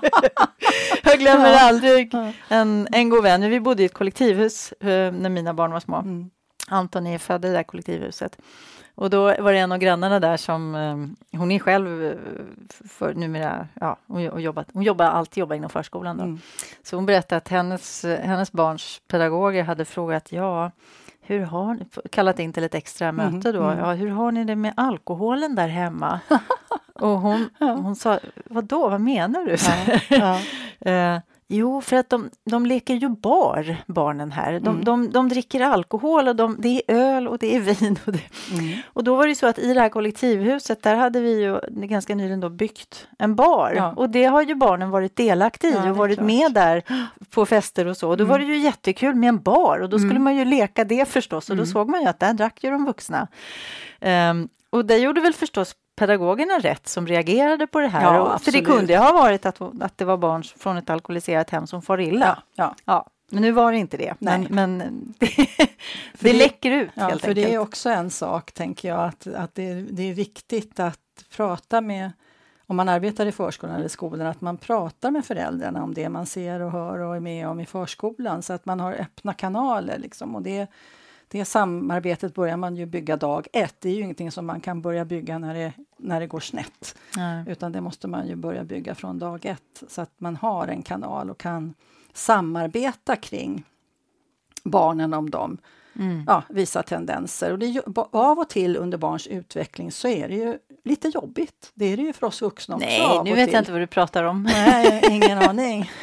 Jag glömmer Ja. aldrig Ja. en, en god vän. Vi bodde i ett kollektivhus eh, när mina barn var små. Mm. Anton är född i det där kollektivhuset. Och då var det en av grannarna där som, eh, hon är själv eh, för numera, ja, hon, och jobbat, hon jobbar alltid jobbar inom förskolan då. Mm. Så hon berättade att hennes, hennes barns pedagoger hade frågat, ja, hur har ni, kallat in till ett extra möte då, mm. ja, hur har ni det med alkoholen där hemma? Och hon, Ja. hon sa, vadå, vad menar du? Ja. Ja. Eh, jo, för att de, de leker ju bar, barnen här. De, Mm. de, de dricker alkohol och de, det är öl och det är vin. Och, det. Mm. Och då var det ju så att i det här kollektivhuset, där hade vi ju ganska nyligen då byggt en bar. Ja. Och det har ju barnen varit delaktiga i Ja, det är och varit klart. med där på fester och så. Och då Mm. var det ju jättekul med en bar och då skulle Mm. man ju leka det förstås. Och då Mm. såg man ju att där drack ju de vuxna. Um, och det gjorde väl förstås pedagogerna rätt som reagerade på det här. Ja, och, för det absolut. kunde ju ha varit att, att det var barn från ett alkoholiserat hem som far illa. Ja. Ja. Ja, men nu var det inte det. Nej. Men, men det, det det- läcker ut Ja, helt för enkelt. det är också en sak, tänker jag, att, att det, är, det är viktigt att prata med, om man arbetar i förskolan eller skolan, att man pratar med föräldrarna om det man ser och hör och är med om i förskolan, så att man har öppna kanaler. Liksom. Och det, det samarbetet börjar man ju bygga dag ett. Det är ju ingenting som man kan börja bygga när det, när det går snett, Nej. utan det måste man ju börja bygga från dag ett, så att man har en kanal och kan samarbeta kring barnen om dem. Mm. Ja, visa tendenser. Och det är ju, av och till under barns utveckling så är det ju lite jobbigt. Det är det ju för oss vuxna också. Nej, av nu och vet till. jag inte vad du pratar om. Nej, ingen aning.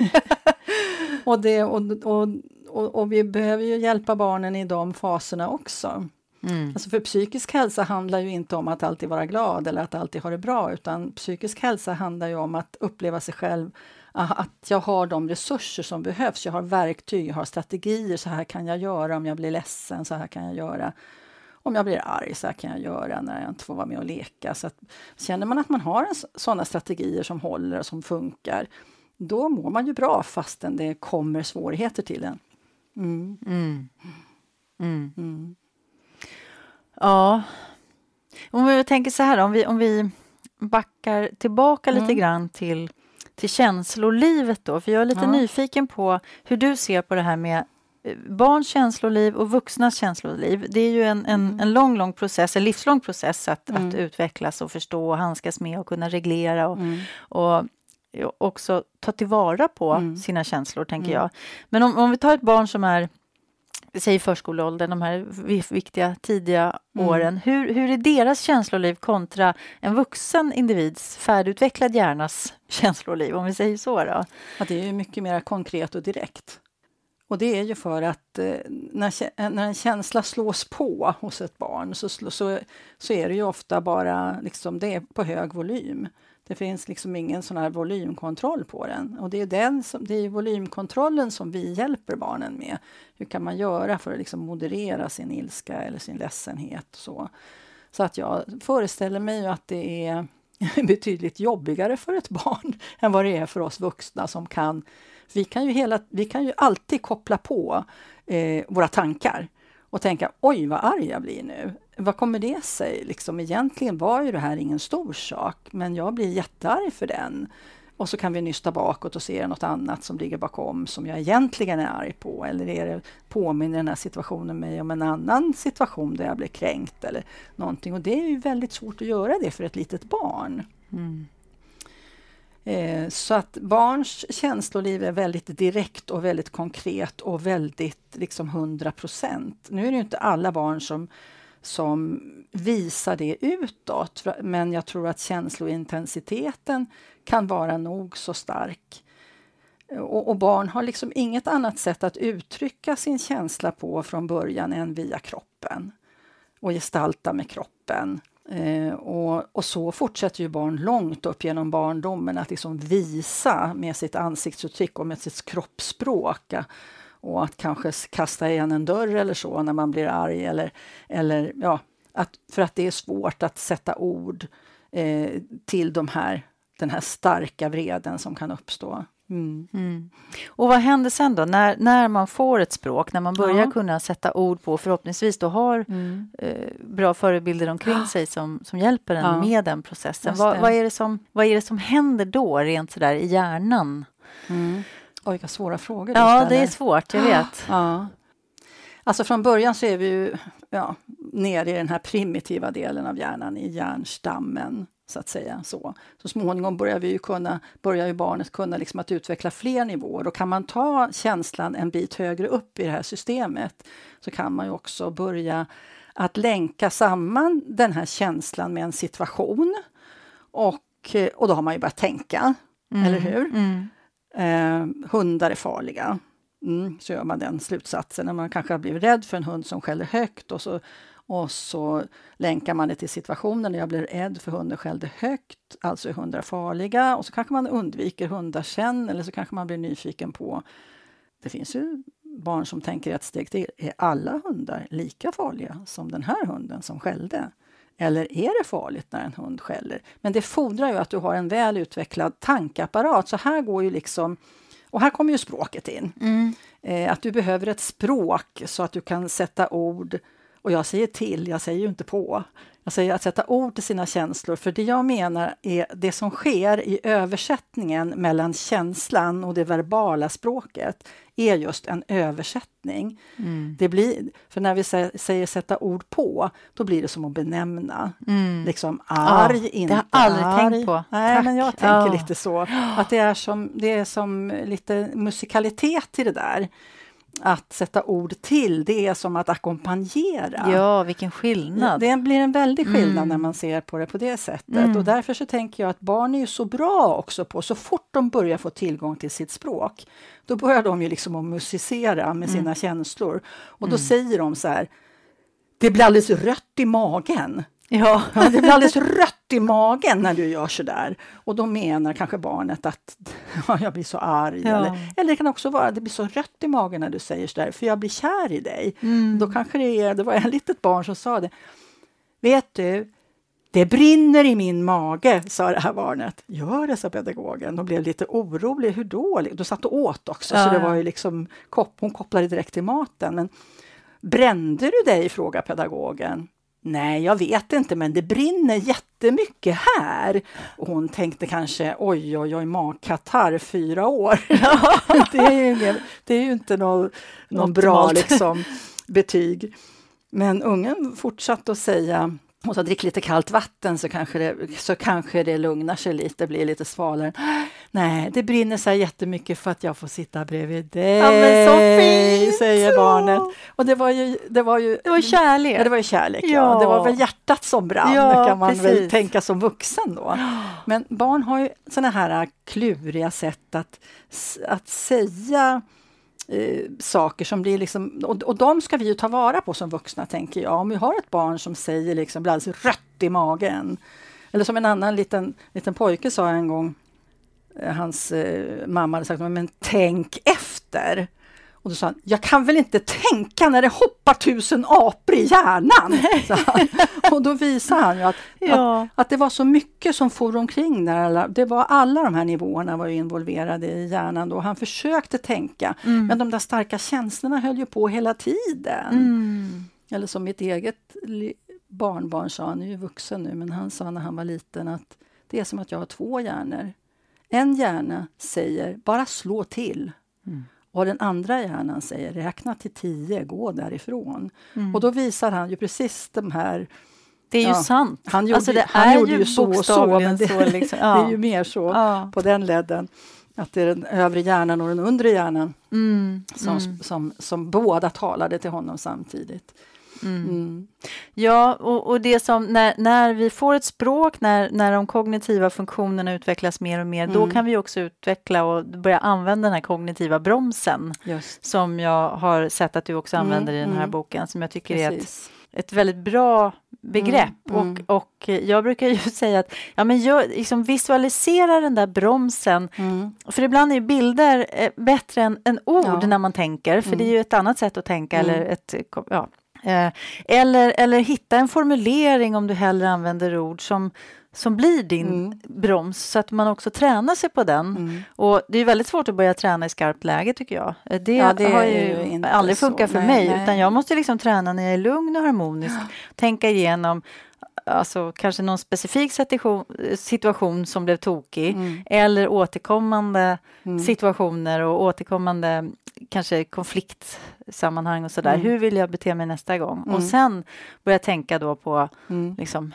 och, det, och, och, och, och vi behöver ju hjälpa barnen i de faserna också. Mm. Alltså för psykisk hälsa handlar ju inte om att alltid vara glad eller att alltid ha det bra, utan psykisk hälsa handlar ju om att uppleva sig själv, att jag har de resurser som behövs, jag har verktyg, jag har strategier, så här kan jag göra om jag blir ledsen, så här kan jag göra om jag blir arg, så här kan jag göra när jag inte får vara med och leka. Så att, känner man att man har en, sådana strategier som håller och som funkar, då mår man ju bra fastän det kommer svårigheter till en. Mm. Mm. Mm. Mm. Ja, om vi tänker så här, om vi, om vi backar tillbaka lite Mm. grann till, till känslolivet då, för jag är lite Ja. nyfiken på hur du ser på det här med eh, barns känsloliv och vuxnas känsloliv. Det är ju en, en, Mm. en lång, lång process, en livslång process att, Mm. att utvecklas och förstå och handskas med och kunna reglera och, Mm. och också ta tillvara på Mm. sina känslor, tänker Mm. jag. Men om, om vi tar ett barn som är, säg förskoleåldern, de här vi- viktiga tidiga Mm. åren. Hur, hur är deras känsloliv kontra en vuxen individs färdigutvecklad hjärnas känsloliv, om vi säger så då? Ja, det är ju mycket mer konkret och direkt. Och det är ju för att eh, när, kä- när en känsla slås på hos ett barn så, slå, så, så är det ju ofta bara liksom, det är på hög volym. Det finns liksom ingen sån här volymkontroll på den. Och det är, den som, det är volymkontrollen som vi hjälper barnen med. Hur kan man göra för att liksom moderera sin ilska eller sin ledsenhet? Och så. Så att jag föreställer mig att det är betydligt jobbigare för ett barn än vad det är för oss vuxna som kan... Vi kan ju, hela, vi kan ju alltid koppla på eh, våra tankar och tänka, oj vad arg jag blir nu. Vad kommer det sig? Liksom, egentligen var ju det här ingen stor sak, men jag blir jättearg för den. Och så kan vi nysta bakåt och se något annat som ligger bakom som jag egentligen är arg på. Eller är det, påminner den här situationen mig om en annan situation där jag blir kränkt eller någonting. Och det är ju väldigt svårt att göra det för ett litet barn. Mm. Eh, så att barns känsloliv är väldigt direkt och väldigt konkret och väldigt liksom hundra procent. Nu är det ju inte alla barn som, som visar det utåt, men jag tror att känslointensiteten kan vara nog så stark. Och, och barn har liksom inget annat sätt att uttrycka sin känsla på från början än via kroppen och gestalta med kroppen. Eh, och, och så fortsätter ju barn långt upp genom barndomen att liksom visa med sitt ansiktsuttryck och med sitt kroppsspråk. Och att kanske kasta igen en dörr eller så när man blir arg. Eller, eller, ja, att, för att det är svårt att sätta ord eh, till de här, den här starka vreden som kan uppstå. Mm. Mm. Och vad händer sen då? När, när man får ett språk, när man börjar ja. kunna sätta ord på, förhoppningsvis då har mm. eh, bra förebilder omkring ja. sig som, som hjälper en ja. med den processen. Vad, vad, är det som, vad är det som händer då rent sådär i hjärnan? Mm. Oj, vilka svåra frågor. Ja, det är svårt, jag vet. Ja. Alltså från början så är vi ju ja, nere i den här primitiva delen av hjärnan, i hjärnstammen. Så att säga så. Så småningom börjar vi ju kunna, börjar ju barnet kunna liksom att utveckla fler nivåer. Och kan man ta känslan en bit högre upp i det här systemet så kan man ju också börja att länka samman den här känslan med en situation. Och, och då har man ju börjat tänka, mm. eller hur? Mm. Eh, hundar är farliga. Mm, så gör man den slutsatsen när man kanske har blivit rädd för en hund som skäller högt och så Och så länkar man det till situationen när jag blir rädd för hunden skällde högt, alltså är hundar farliga. Och så kanske man undviker hundar sen, eller så kanske man blir nyfiken på... Det finns ju barn som tänker ett steg till. Är alla hundar lika farliga som den här hunden som skällde? Eller är det farligt när en hund skäller? Men det fordrar ju att du har en väl utvecklad tankeapparat. Så här går ju liksom... Och här kommer ju språket in. Mm. Eh, att du behöver ett språk så att du kan sätta ord... Och jag säger till, jag säger ju inte på. Jag säger att sätta ord till sina känslor. För det jag menar är det som sker i översättningen mellan känslan och det verbala språket är just en översättning. Mm. Det blir, för när vi säger, säger sätta ord på, då blir det som att benämna. Mm. Liksom arg, ja, inte det har jag aldrig arg. tänkt på. Nej, Tack. men jag tänker ja. lite så. Att det är, som, det är som lite musikalitet i det där. Att sätta ord till, det är som att ackompanjera. Ja, vilken skillnad. Det blir en väldig skillnad mm. när man ser på det på det sättet. Mm. Och därför så tänker jag att barn är ju så bra också på, så fort de börjar få tillgång till sitt språk, då börjar de ju liksom att musicera med sina mm. känslor. Och då mm. säger de så här, det blir alldeles rött i magen. Ja. ja, det blir alldeles rött i magen när du gör så där. Och då menar kanske barnet att ja, jag blir så arg. Ja. Eller, eller det kan också vara att det blir så rött i magen när du säger så där. För jag blir kär i dig. Mm. Då kanske det är, det var en litet barn som sa det. Vet du, det brinner i min mage, sa det här barnet. Gör det, sa pedagogen. Och blev lite orolig. Hur då? Då satt och åt också. Ja. Så det var ju liksom, hon kopplade direkt till maten. Men brände du dig, frågar pedagogen. Nej, jag vet inte, men det brinner jättemycket här. Och hon tänkte kanske, oj, oj, oj, magkatarr, fyra år. det, är ju, det är ju inte någon, någon bra liksom, betyg. Men ungen fortsatte att säga, och så drick lite kallt vatten så kanske, det, så kanske det lugnar sig lite, blir lite svalare. Nej, det brinner så här jättemycket för att jag får sitta bredvid dig, ja, men så fint, säger barnet. Och det var ju, det var ju det var kärlek. Ja, det var ju kärlek, ja. ja. Det var väl hjärtat som brann, ja, kan man precis. väl tänka som vuxen då. Men barn har ju såna här kluriga sätt att, att säga eh, saker som blir liksom, och, och de ska vi ju ta vara på som vuxna, tänker jag. Om vi har ett barn som säger liksom, blir alldeles rött i magen. Eller som en annan liten, liten pojke sa en gång, hans eh, mamma hade sagt, men tänk efter. Och då sa han, jag kan väl inte tänka när det hoppar tusen apor i hjärnan. Och då visar han ju att, ja. att, att det var så mycket som for omkring där. Det var alla de här nivåerna var ju involverade i hjärnan då. Han försökte tänka, mm. men de där starka känslorna höll ju på hela tiden. Mm. Eller som mitt eget barnbarn sa, han är ju vuxen nu, men han sa när han var liten att det är som att jag har två hjärnor. En hjärna säger, bara slå till. Mm. Och den andra hjärnan säger, räkna till tio, gå därifrån. Mm. Och då visar han ju precis de här... Det är ju ja, sant. Han gjorde, alltså det han är gjorde ju ju så och så, men det, så liksom. ja. det är ju mer så ja. på den ledden. Att det är den övre hjärnan och den undre hjärnan mm. Som, mm. Som, som båda talade till honom samtidigt. Mm. Mm. Ja, och, och det som när, när vi får ett språk, när, när de kognitiva funktionerna utvecklas mer och mer, mm. då kan vi också utveckla och börja använda den här kognitiva bromsen. Just. Som jag har sett att du också använder mm. i den här mm. boken, som jag tycker Precis. är ett ett väldigt bra begrepp. Mm, mm. Och, och jag brukar ju säga att ja, men jag liksom visualiserar den där bromsen. Mm. För ibland är ju bilder eh, bättre än, än ord Ja. när man tänker. För Mm. det är ju ett annat sätt att tänka. Mm. Eller, ett, ja, eh, eller, eller hitta en formulering om du hellre använder ord som som blir din Mm. broms, så att man också tränar sig på den. Mm. Och det är väldigt svårt att börja träna i skarpt läge, tycker jag. Det, Ja, det har är ju ju inte aldrig funkat så. för Nej, mig, nej. utan jag måste liksom träna när jag är lugn och harmonisk. Tänka igenom alltså kanske någon specifik situation, situation som blev tokig, Mm. eller återkommande Mm. situationer och återkommande kanske konfliktsammanhang och sådär. Mm. Hur vill jag bete mig nästa gång? Mm. Och sen börja tänka då på Mm. liksom,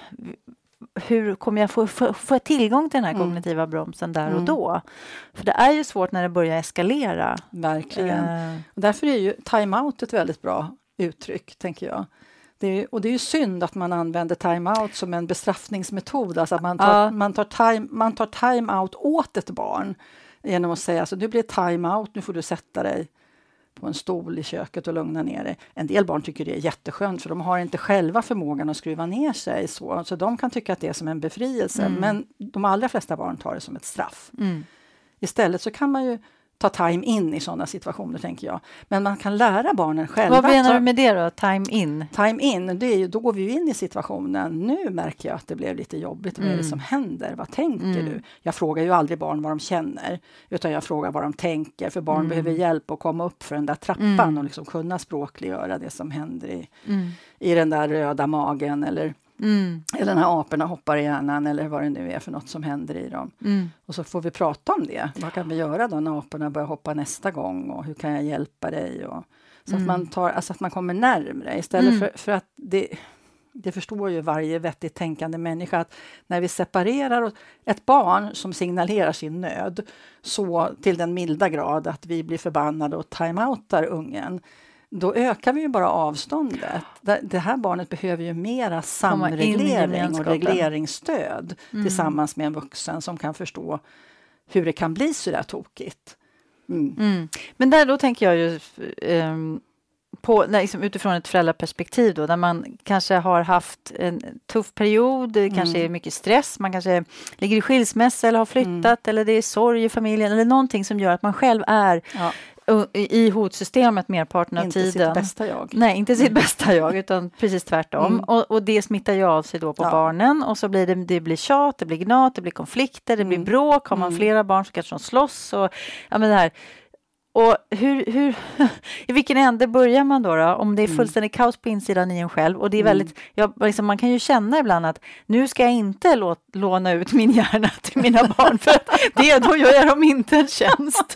hur kommer jag få, få, få tillgång till den här Mm. kognitiva bromsen där Mm. och då? För det är ju svårt när det börjar eskalera. Verkligen. Eh, Och därför är ju time-out ett väldigt bra uttryck, tänker jag. Det är, och det är ju synd att man använder time-out som en bestraffningsmetod. Alltså att man tar, Ja. man tar, time, man tar time-out åt ett barn genom att säga alltså, nu blir det time-out, nu får du sätta dig på en stol i köket och lugna ner dig. En del barn tycker det är jätteskönt, för de har inte själva förmågan att skruva ner sig. Så, så de kan tycka att det är som en befrielse. Mm. Men de allra flesta barn tar det som ett straff. mm. Istället så kan man ju ta time in i sådana situationer, tänker jag. Men man kan lära barnen själva. Vad menar ta, du med det då? Time in? time in, det är ju, då går vi ju in i situationen. Nu märker jag att det blev lite jobbigt. Vad är det Mm. som händer? Vad tänker Mm. du? Jag frågar ju aldrig barn vad de känner, utan jag frågar vad de tänker. För barn Mm. behöver hjälp att komma upp för den där trappan Mm. och liksom kunna språkliggöra det som händer i, Mm. i den där röda magen, eller Mm. eller när aporna hoppar i hjärnan, eller vad det nu är för något som händer i dem. Mm. Och så får vi prata om det. Vad kan vi göra då när aporna börjar hoppa nästa gång? Och hur kan jag hjälpa dig? Och, så Mm. att man tar, alltså att man kommer närmare. Istället Mm. för, för att det, det förstår ju varje vettigt tänkande människa, att när vi separerar ett barn som signalerar sin nöd så till den milda grad att vi blir förbannade och time-outar ungen, då ökar vi ju bara avståndet. Det, det här barnet behöver ju mera in i samreglering och gemenskapen. regleringsstöd Mm. tillsammans med en vuxen som kan förstå hur det kan bli så där tokigt. Mm. Mm. Men där då tänker jag ju ehm, på, nej, liksom utifrån ett föräldraperspektiv då, där man kanske har haft en tuff period, det kanske Mm. är mycket stress, man kanske ligger i skilsmässa eller har flyttat, eller det är sorg i familjen, eller någonting som gör att man själv är Ja, i hotsystemet merparten av inte tiden. sitt bästa jag. Nej, inte sitt bästa jag, utan precis tvärtom. Mm. Och, och det smittar ju av sig då på Ja. barnen. Och så blir det, det blir tjat, det blir gnat, det blir konflikter, det Mm. blir bråk. Har man Mm. flera barn så kanske de slåss. Och, ja, men det här. Och hur, hur, i vilken ände börjar man då, då? Om det är fullständigt kaos på insidan i en själv. Och det är Mm. väldigt, jag, liksom, man kan ju känna ibland att nu ska jag inte lå, låna ut min hjärna till mina barn. För att det, då gör jag dem inte en tjänst.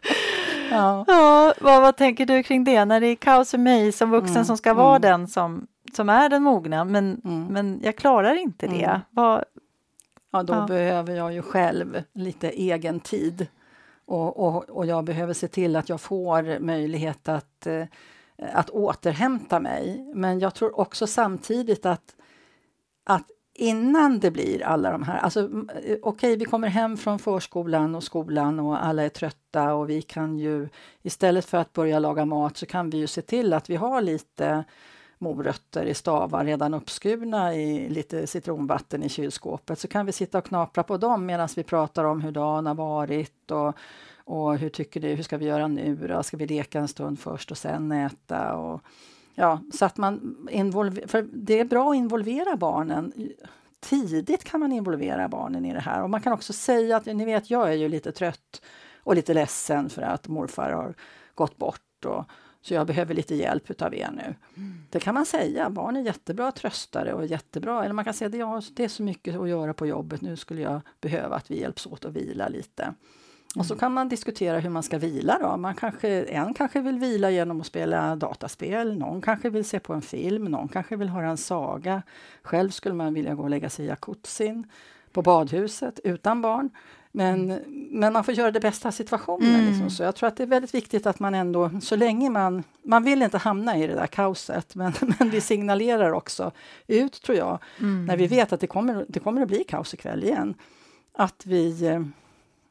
Ja. Ja, vad, vad tänker du kring det? När det är kaos för mig som vuxen Mm, som ska vara mm. den som, som är den mogna, men, Mm. men jag klarar inte det. Mm. Vad, Ja, då Ja. behöver jag ju själv lite egen tid. Och, och, och jag behöver se till att jag får möjlighet att, eh, att återhämta mig. Men jag tror också samtidigt att, att innan det blir alla de här... Alltså, m- eh, okej, vi kommer hem från förskolan och skolan och alla är trötta, och vi kan ju istället för att börja laga mat så kan vi ju se till att vi har lite morötter i stavar redan uppskurna i lite citronvatten i kylskåpet, så kan vi sitta och knapra på dem medan vi pratar om hur dagen har varit och, och hur tycker du, hur ska vi göra nu då? Ska vi leka en stund först och sen äta? Och, ja, så att man involver- för det är bra att involvera barnen. Tidigt kan man involvera barnen i det här, och man kan också säga att ni vet, jag är ju lite trött och lite ledsen för att morfar har gått bort, och så jag behöver lite hjälp utav er nu. Mm. Det kan man säga. Barn är jättebra tröstare och jättebra. Eller man kan säga att ja, det är så mycket att göra på jobbet. Nu skulle jag behöva att vi hjälps åt att vila lite. Mm. Och så kan man diskutera hur man ska vila då. Man kanske, en kanske vill vila genom att spela dataspel. Någon kanske vill se på en film. Någon kanske vill höra en saga. Själv skulle man vilja gå och lägga sig i jacuzzin på badhuset utan barn. Men, mm. men man får göra det bästa av situationen. Mm. Liksom. Så jag tror att det är väldigt viktigt att man ändå, så länge man, man vill inte hamna i det där kaoset, men, men vi signalerar också ut, tror jag, mm. när vi vet att det kommer, det kommer att bli kaos ikväll igen. Att vi,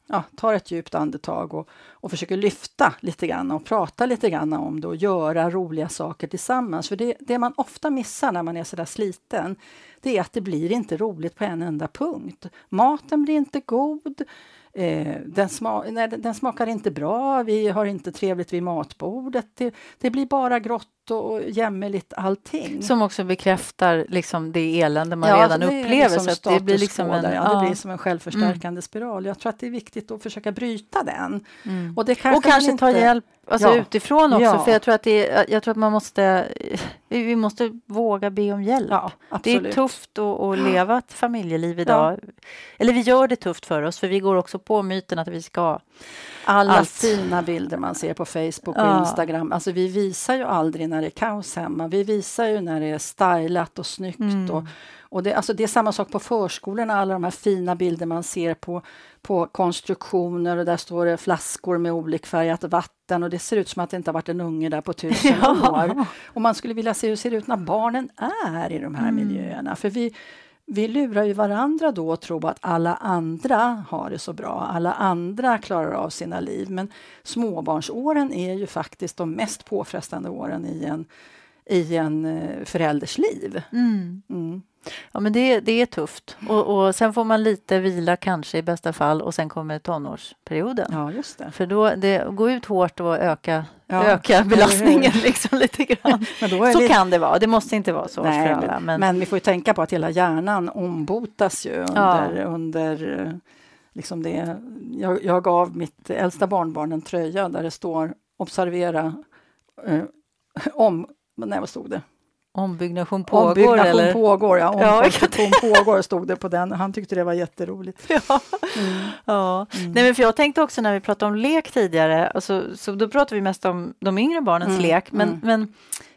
ja, tar ett djupt andetag och, och försöker lyfta lite grann och prata lite grann om det och göra roliga saker tillsammans. För det, det man ofta missar när man är så där sliten, det är att det blir inte roligt på en enda punkt. Maten blir inte god. Eh, den, sma- nej, den smakar inte bra, vi har inte trevligt vid matbordet. Det, det blir bara grått och jämmerligt allting. Som också bekräftar liksom det elände man ja, redan upplever. Liksom så att det blir liksom en, ja, ja. det blir som en självförstärkande mm. spiral. Jag tror att det är viktigt att försöka bryta den. Mm. Och, det kanske, och kanske inte... ta hjälp alltså ja. utifrån också. Ja. För jag tror att, det är, jag tror att man måste vi måste våga be om hjälp. Ja, det är tufft att, att leva ett familjeliv idag. Ja. Eller vi gör det tufft för oss. För vi går också på myten att vi ska alla allt. fina bilder man ser på Facebook och ja. Instagram. Alltså vi visar ju aldrig när det är kaos hemma. Vi visar ju när det är stylat och snyggt. Mm. Och, och det, alltså det är samma sak på förskolorna. Alla de här fina bilder man ser på, på konstruktioner. Och där står det flaskor med olikfärgat vatten. Och det ser ut som att det inte har varit en unge där på tusen ja. år. Och man skulle vilja se hur det ser ut när barnen är i de här mm. miljöerna. För vi... Vi lurar ju varandra då och tror att alla andra har det så bra. Alla andra klarar av sina liv. Men småbarnsåren är ju faktiskt de mest påfrestande åren i en, i en förälders liv. Mm. Mm. Ja, men det, det är tufft. Och, och sen får man lite vila kanske i bästa fall. Och sen kommer tonårsperioden. Ja, just det. För då det, gå ut hårt och öka, ja. öka belastningen liksom lite grann. Men då är så lite... kan det vara. Det måste inte vara så Nej, för alla. Men... men vi får ju tänka på att hela hjärnan ombotas ju under... Ja. under liksom det. Jag, jag gav mitt äldsta barnbarn en tröja där det står observera eh, om... Nej, vad stod det? Ombyggnation pågår. Ombyggnation eller? pågår, ja. Omkonstruktion ja, pågår stod det på den. Han tyckte det var jätteroligt. Ja. Mm. Ja. Mm. Nej, men för jag tänkte också när vi pratade om lek tidigare, alltså, så då pratade vi mest om de yngre barnens mm. lek. Men, mm. men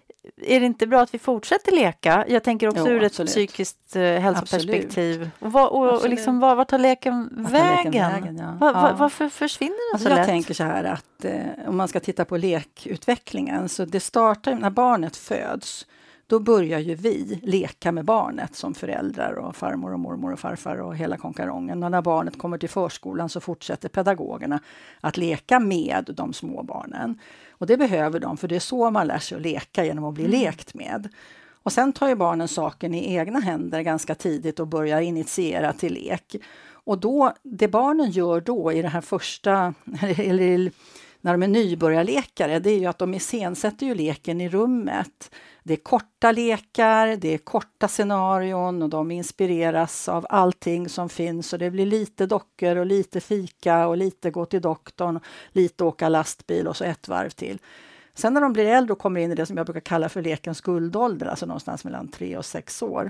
är det inte bra att vi fortsätter leka? Jag tänker också jo, ur absolut. ett psykiskt uh, hälsoperspektiv. Och, vad, och, och liksom, var, var tar leken var vägen? Tar leken vägen ja. var, var, ja. Varför försvinner den alltså så jag lätt? Jag tänker så här att eh, om man ska titta på lekutvecklingen, så det startar när barnet föds. Då börjar ju vi leka med barnet som föräldrar och farmor och mormor och farfar och hela konkarongen. Och när barnet kommer till förskolan så fortsätter pedagogerna att leka med de små barnen. Och det behöver de, för det är så man lär sig att leka, genom att bli mm. lekt med. Och sen tar ju barnen saken i egna händer ganska tidigt och börjar initiera till lek. Och då, det barnen gör då i det här första, eller när de är nybörjarlekare, det är ju att de iscensätter ju leken i rummet. Det är korta lekar, det är korta scenarion och de inspireras av allting som finns. Och det blir lite dockor och lite fika och lite gå till doktorn, lite åka lastbil och så ett varv till. Sen när de blir äldre och kommer in i det som jag brukar kalla för lekens guldålder, alltså någonstans mellan tre och sex år.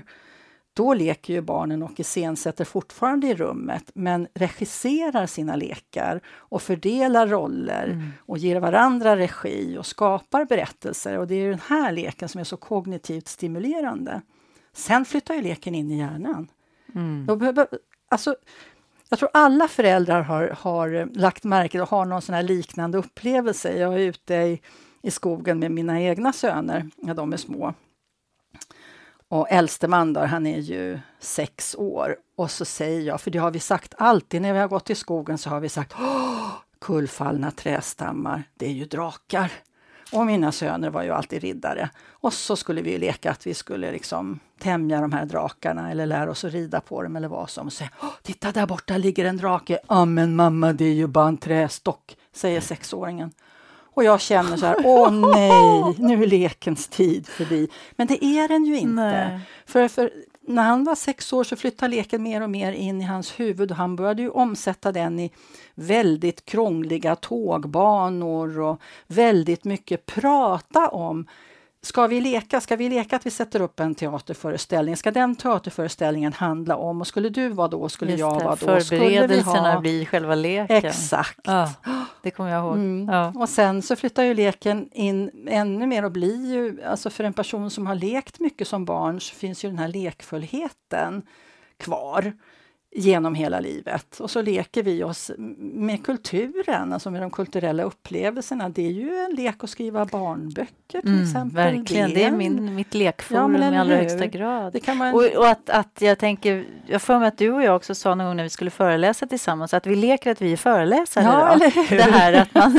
Då leker ju barnen och iscensätter fortfarande i rummet, men regisserar sina lekar och fördelar roller mm. och ger varandra regi och skapar berättelser. Och det är den här leken som är så kognitivt stimulerande. Sen flyttar ju leken in i hjärnan. Mm. Då behöver, alltså, jag tror alla föräldrar har, har lagt märke och har någon sån här liknande upplevelse. Jag är ute i, i skogen med mina egna söner när de är små. Och äldste man där, han är ju sex år. Och så säger jag, för det har vi sagt alltid när vi har gått i skogen, så har vi sagt åh, kullfallna trästammar, det är ju drakar. Och mina söner var ju alltid riddare. Och så skulle vi leka att vi skulle liksom tämja de här drakarna eller lära oss att rida på dem eller vad som. Och säga, titta där borta ligger en drake. Ja men mamma, det är ju bara en trästock, säger sexåringen. Och jag känner så här, åh nej, nu är lekens tid förbi. Men det är den ju inte. För, för när han var sex år så flyttade leken mer och mer in i hans huvud. Och han började ju omsätta den i väldigt krångliga tågbanor och väldigt mycket prata om. Ska vi leka? Ska vi leka att vi sätter upp en teaterföreställning? Ska den teaterföreställningen handla om? Och skulle du vara då? Skulle Just jag det, vara då? Förberedelserna ha... blir själva leken. Exakt. Ja, det kommer jag ihåg. Mm. Ja. Och sen så flyttar ju leken in ännu mer och blir ju, alltså för en person som har lekt mycket som barn så finns ju den här lekfullheten kvar. genom hela livet. Och så leker vi oss med kulturen, alltså med de kulturella upplevelserna. Det är ju en lek att skriva barnböcker till mm, exempel. Verkligen, det är min, mitt lekforum ja, i allra högsta grad. Det kan man... Och, och att, att jag tänker, jag får med att du och jag också sa någon gång när vi skulle föreläsa tillsammans att vi leker att vi är föreläsare ja, då. Eller hur? Det här att man...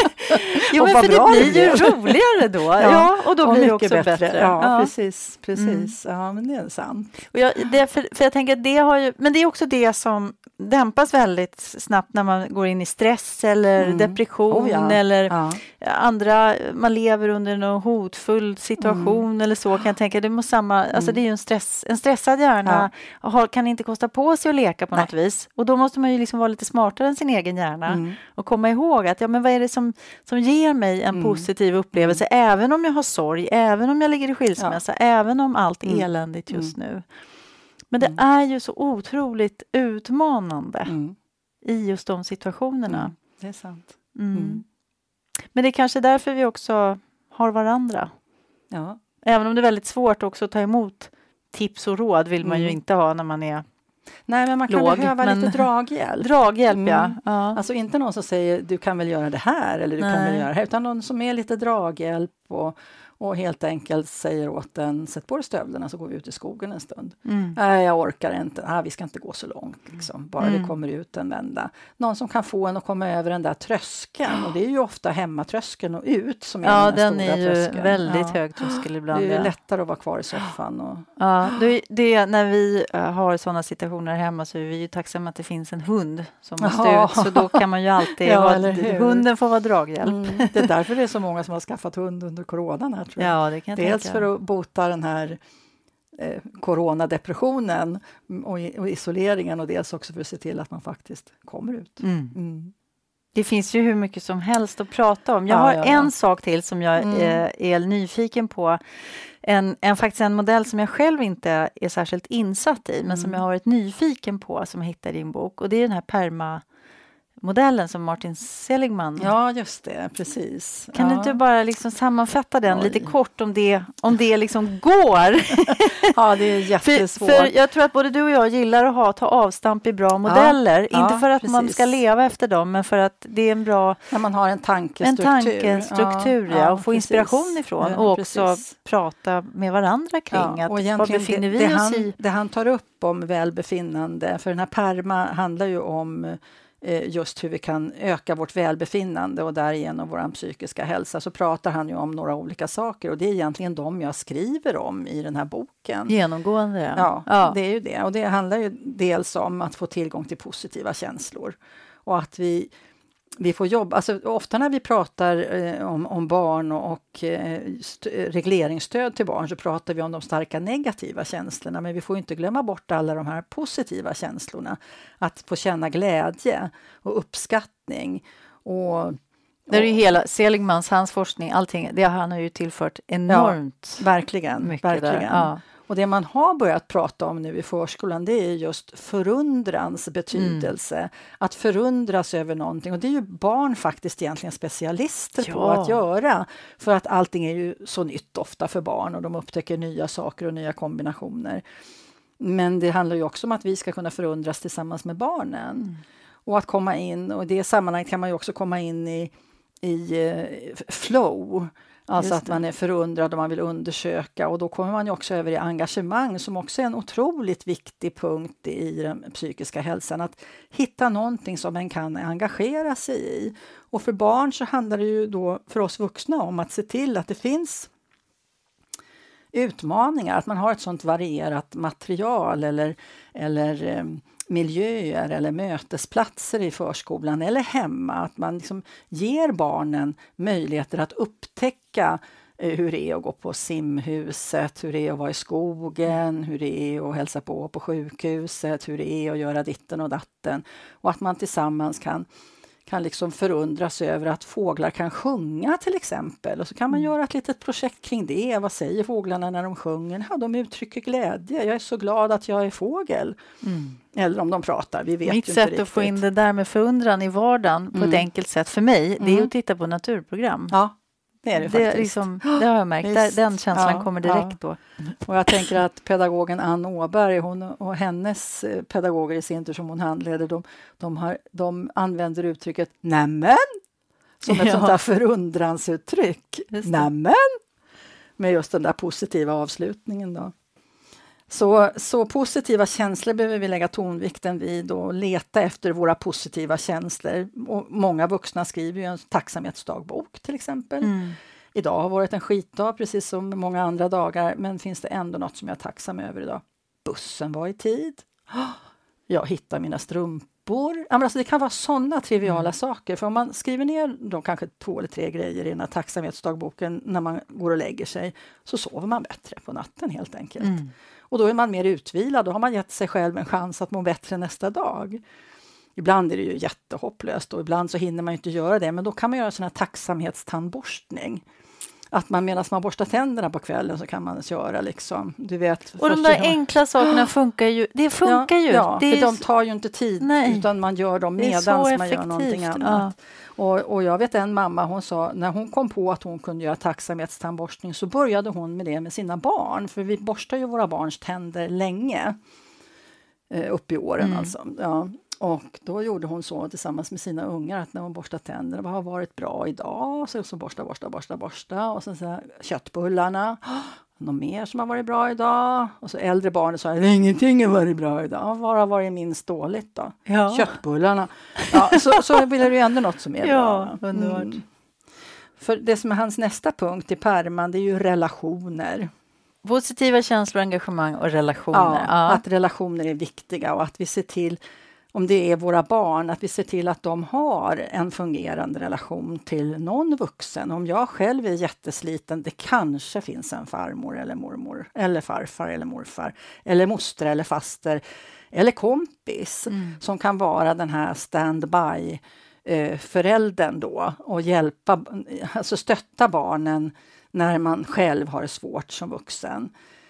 jo, men för det blir ju roligare då. Ja, ja och då och blir det också bättre. bättre. Ja, ja, precis. precis. Mm. Ja, men det är sant. Och jag, det, för, för jag tänker att det har ju... Men det är också det som dämpas väldigt snabbt när man går in i stress eller mm. depression oh, ja. eller ja. andra, man lever under en hotfull situation mm. eller så kan jag tänka, det måste samma, mm. alltså det är ju en stress, en stressad hjärna ja. har, kan inte kosta på sig att leka på Nej. något vis och då måste man ju liksom vara lite smartare än sin egen hjärna mm. och komma ihåg att ja men vad är det som, som ger mig en mm. positiv upplevelse mm. även om jag har sorg, även om jag ligger i skilsmässa, ja. även om allt är mm. eländigt just mm. nu. Men det mm. är ju så otroligt utmanande mm. i just de situationerna. Mm. Det är sant. Mm. Mm. Men det är kanske därför vi också har varandra. Ja. Även om det är väldigt svårt också att ta emot tips och råd vill man mm. ju inte ha när man är Nej, men man kan låg, behöva men... lite draghjälp. Draghjälp, mm. ja. ja. Alltså inte någon som säger du kan väl göra det här eller du Nej. kan väl göra det här. Utan någon som är lite draghjälp och Och helt enkelt säger åt den, sätt på dig stövlarna så går vi ut i skogen en stund. Mm. Nej, jag orkar inte. Nej, vi ska inte gå så långt. Liksom. Bara mm. det kommer ut en vända. Någon som kan få en att komma över den där tröskeln. Och det är ju ofta hemmatröskeln och ut som är ja, den, den är stora ju tröskeln. väldigt ja. hög tröskel ibland. Det är ja. lättare att vara kvar i soffan. Och... Ja, det, det, när vi har sådana situationer hemma så är vi ju tacksamma att det finns en hund som måste ja. ut. Så då kan man ju alltid ja, ha, hunden får vara draghjälp. Mm. Det är därför det är så många som har skaffat hund under coronan här, tror jag. Ja, det kan jag Dels för att bota den här eh, coronadepressionen och, och isoleringen och dels också för att se till att man faktiskt kommer ut. Mm. Mm. Det finns ju hur mycket som helst att prata om. Jag ja, har ja, en ja. sak till som jag mm. eh, är nyfiken på. En, en, faktiskt en modell som jag själv inte är särskilt insatt i mm. men som jag har varit nyfiken på som jag hittar i din bok. Och det är den här perma modellen som Martin Seligman. Ja, just det, precis. Kan ja. du inte bara liksom sammanfatta den Oj. lite kort om det, om det liksom går? Ja, det är jättesvårt. För, för jag tror att både du och jag gillar att ha ta avstamp i bra modeller. Ja, inte ja, för att precis. man ska leva efter dem, men för att det är en bra... När man har en tankestruktur. En tankestruktur, ja. ja och få precis. inspiration ifrån. Ja, och också precis. prata med varandra kring ja, och att vad befinner det, vi det oss han, i? Det han tar upp om välbefinnande, för den här perma handlar ju om just hur vi kan öka vårt välbefinnande och därigenom vår psykiska hälsa, så pratar han ju om några olika saker och det är egentligen de jag skriver om i den här boken. Genomgående, ja. Ja, ja. det är ju det. Och det handlar ju dels om att få tillgång till positiva känslor och att vi Vi får jobba, alltså ofta när vi pratar eh, om, om barn och, och eh, st- regleringsstöd till barn så pratar vi om de starka negativa känslorna, men vi får inte glömma bort alla de här positiva känslorna. Att få känna glädje och uppskattning. Och, det är ju hela Seligmans, hans forskning, allting, det han har ju tillfört enormt ja, verkligen, mycket verkligen. Där. Ja. Och det man har börjat prata om nu i förskolan, det är just förundrans betydelse. Mm. Att förundras över någonting. Och det är ju barn faktiskt egentligen specialister ja. på att göra. För att allting är ju så nytt ofta för barn och de upptäcker nya saker och nya kombinationer. Men det handlar ju också om att vi ska kunna förundras tillsammans med barnen. Mm. Och att komma in, och i det sammanhanget kan man ju också komma in i, i uh, flow. Alltså att man är förundrad och man vill undersöka, och då kommer man ju också över i engagemang som också är en otroligt viktig punkt i den psykiska hälsan. Att hitta någonting som man kan engagera sig i. Och för barn så handlar det ju då för oss vuxna om att se till att det finns utmaningar, att man har ett sånt varierat material eller, eller eh, miljöer eller mötesplatser i förskolan eller hemma. Att man liksom ger barnen möjligheter att upptäcka eh, hur det är att gå på simhuset, hur det är att vara i skogen, hur det är att hälsa på på sjukhuset, hur det är att göra ditten och datten. Och att man tillsammans kan kan liksom förundras över att fåglar kan sjunga till exempel. Och så kan man mm. göra ett litet projekt kring det. Vad säger fåglarna när de sjunger? Ja, de uttrycker glädje. Jag är så glad att jag är fågel. Mm. Eller om de pratar, vi vet Mitt ju inte sätt riktigt. Att få in det där med förundran i vardagen på mm. ett enkelt sätt för mig, det är mm. att titta på naturprogram. Ja. Det är det, det, faktiskt. Liksom, det har jag märkt. Där, den känslan ja, kommer direkt ja. då. Och jag tänker att pedagogen Ann Åberg hon, och hennes pedagoger i sin tur som hon handleder, de, de, har, de använder uttrycket nämen som ett ja. sånt där förundransuttryck. Nämen! Med just den där positiva avslutningen då. Så, så positiva känslor behöver vi lägga tonvikten vid och leta efter våra positiva känslor. Och många vuxna skriver ju en tacksamhetsdagbok till exempel. Mm. Idag har varit en skitdag precis som många andra dagar, men finns det ändå något som jag är tacksam över idag? Bussen var i tid. Jag hittar mina strumpor. Alltså det kan vara sådana triviala mm. saker. För om man skriver ner då kanske två eller tre grejer i den här tacksamhetsdagboken när man går och lägger sig, så sover man bättre på natten helt enkelt. Mm. Och då är man mer utvilad. Då har man gett sig själv en chans att må bättre nästa dag. Ibland är det ju jättehopplöst och ibland så hinner man inte göra det. Men då kan man göra sån här tacksamhetstandborstning. Att man medan man borstar tänderna på kvällen så kan man köra liksom. Du vet, och de där enkla sakerna funkar ju. Det funkar ja, ju. Ja, det för är de tar ju inte tid. Nej. Utan man gör dem medans man gör någonting annat. Ja. Och, och jag vet en mamma, hon sa när hon kom på att hon kunde göra tacksamhetstandborstning så började hon med det med sina barn. För vi borstar ju våra barns tänder länge. Eh, upp i åren mm. alltså. Ja. Och då gjorde hon så tillsammans med sina ungar att när hon borstade tänderna, vad har varit bra idag? Så, så borsta, borsta, borsta, borsta. Och sen så här, köttbullarna. Något mer som har varit bra idag? Och så äldre barnen sa, ingenting har varit bra idag. Vad har varit minst dåligt då? Ja. Köttbullarna. Ja, så, så blir det ju ändå något som är ja, bra. Mm. För det som är hans nästa punkt i pärman, det är ju relationer. Positiva känslor, engagemang och relationer. Ja, ja. Att relationer är viktiga och att vi ser till, om det är våra barn, att vi ser till att de har en fungerande relation till någon vuxen. Om jag själv är jättesliten, det kanske finns en farmor eller mormor, eller farfar eller morfar, eller moster eller faster, eller kompis mm. som kan vara den här stand-by eh, föräldern då och hjälpa, alltså stötta barnen när man själv har det svårt som vuxen.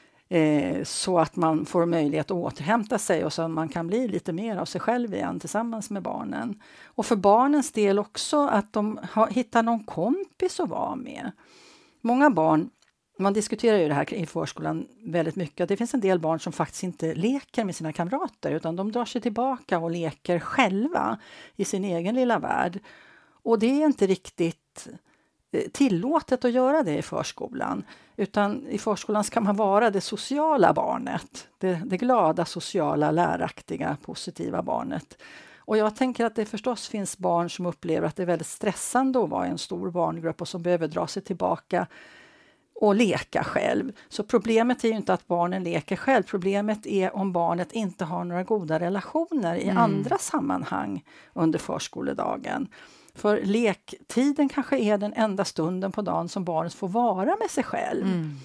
Eh, så att man får möjlighet att återhämta sig och så att man kan bli lite mer av sig själv igen tillsammans med barnen. Och för barnens del också att de har, hittar någon kompis att vara med. Många barn, man diskuterar ju det här i förskolan väldigt mycket. Det finns en del barn som faktiskt inte leker med sina kamrater utan de drar sig tillbaka och leker själva i sin egen lilla värld. Och det är inte riktigt tillåtet att göra det i förskolan. Utan i förskolan ska man vara det sociala barnet. Det, det glada, sociala, läraktiga, positiva barnet. Och jag tänker att det förstås finns barn som upplever att det är väldigt stressande att vara i en stor barngrupp och som behöver dra sig tillbaka och leka själv. Så problemet är ju inte att barnen leker själv. Problemet är om barnet inte har några goda relationer i mm. andra sammanhang under förskoledagen. För lektiden kanske är den enda stunden på dagen som barnet får vara med sig själv. Mm.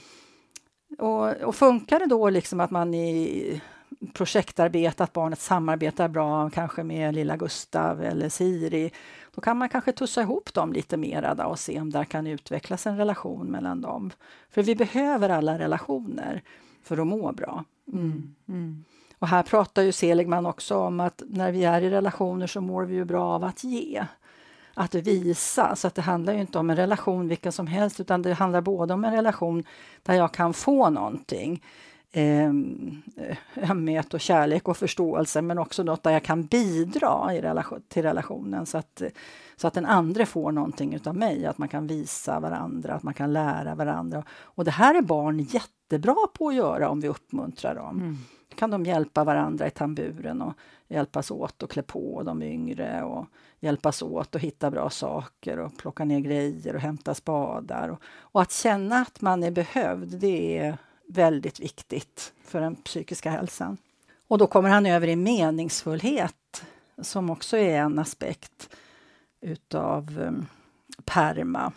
Och, och funkar det då liksom att man i projektarbete, att barnet samarbetar bra kanske med lilla Gustav eller Siri, då kan man kanske tussa ihop dem lite mer då och se om där kan utvecklas en relation mellan dem. För vi behöver alla relationer för att må bra. Mm. Mm. Och här pratar ju Seligman också om att när vi är i relationer så mår vi ju bra av att ge. Att visa, så att det handlar ju inte om en relation vilken som helst utan det handlar både om en relation där jag kan få någonting, eh, ömhet och kärlek och förståelse, men också något där jag kan bidra i relation, till relationen så att, så att den andra får någonting utav mig, att man kan visa varandra, att man kan lära varandra. Och det här är barn jättebra på att göra om vi uppmuntrar dem. Mm. Kan de hjälpa varandra i tamburen och hjälpas åt och klä på de yngre och hjälpas åt och hitta bra saker och plocka ner grejer och hämta spadar. Och, och att känna att man är behövd, det är väldigt viktigt för den psykiska hälsan. Och då kommer han över i meningsfullhet som också är en aspekt utav um, PERMA.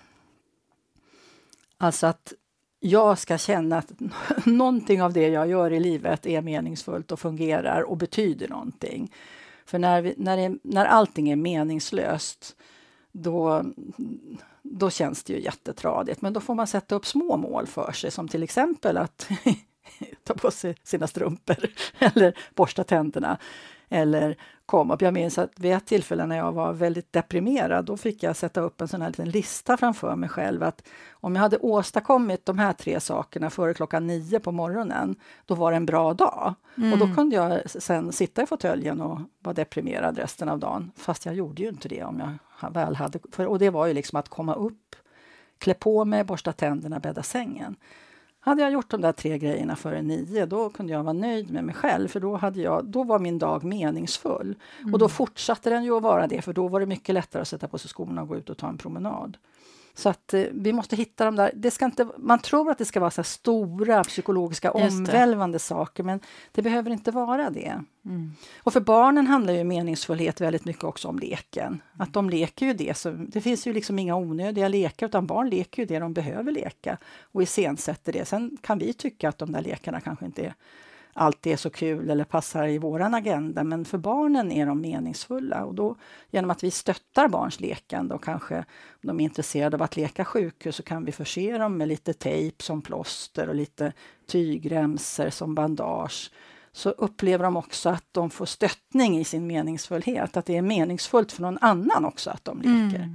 Alltså att jag ska känna att någonting av det jag gör i livet är meningsfullt och fungerar och betyder någonting. För när, vi, när, det, när allting är meningslöst, då, då känns det ju jättetradigt. Men då får man sätta upp små mål för sig, som till exempel att ta på sig sina strumpor eller borsta tänderna. eller kom upp. Jag minns att vid ett tillfälle när jag var väldigt deprimerad, då fick jag sätta upp en sån här liten lista framför mig själv, att om jag hade åstadkommit de här tre sakerna före klockan nio på morgonen, då var det en bra dag. Mm. Och då kunde jag sen sitta i fåtöljen och vara deprimerad resten av dagen, fast jag gjorde ju inte det om jag väl hade, för, och det var ju liksom att komma upp, klä på mig, borsta tänderna, bädda sängen. Hade jag gjort de där tre grejerna före nio, då kunde jag vara nöjd med mig själv, för då, hade jag, då var min dag meningsfull. Mm. Och då fortsatte den ju att vara det, för då var det mycket lättare att sätta på sig skorna och gå ut och ta en promenad. Så att eh, vi måste hitta de där, det ska inte, man tror att det ska vara så här stora psykologiska omvälvande saker, men det behöver inte vara det. Mm. Och för barnen handlar ju meningsfullhet väldigt mycket också om leken. Att de leker ju det, så det finns ju liksom inga onödiga lekar, utan barn leker ju det de behöver leka och iscensätter det. Sen kan vi tycka att de där lekarna kanske inte är alltid är så kul eller passar i våran agenda, men för barnen är de meningsfulla, och då genom att vi stöttar barns lekande, och kanske om de är intresserade av att leka sjukhus, så kan vi förse dem med lite tejp som plåster och lite tygremser som bandage, så upplever de också att de får stöttning i sin meningsfullhet, att det är meningsfullt för någon annan också att de leker. Mm.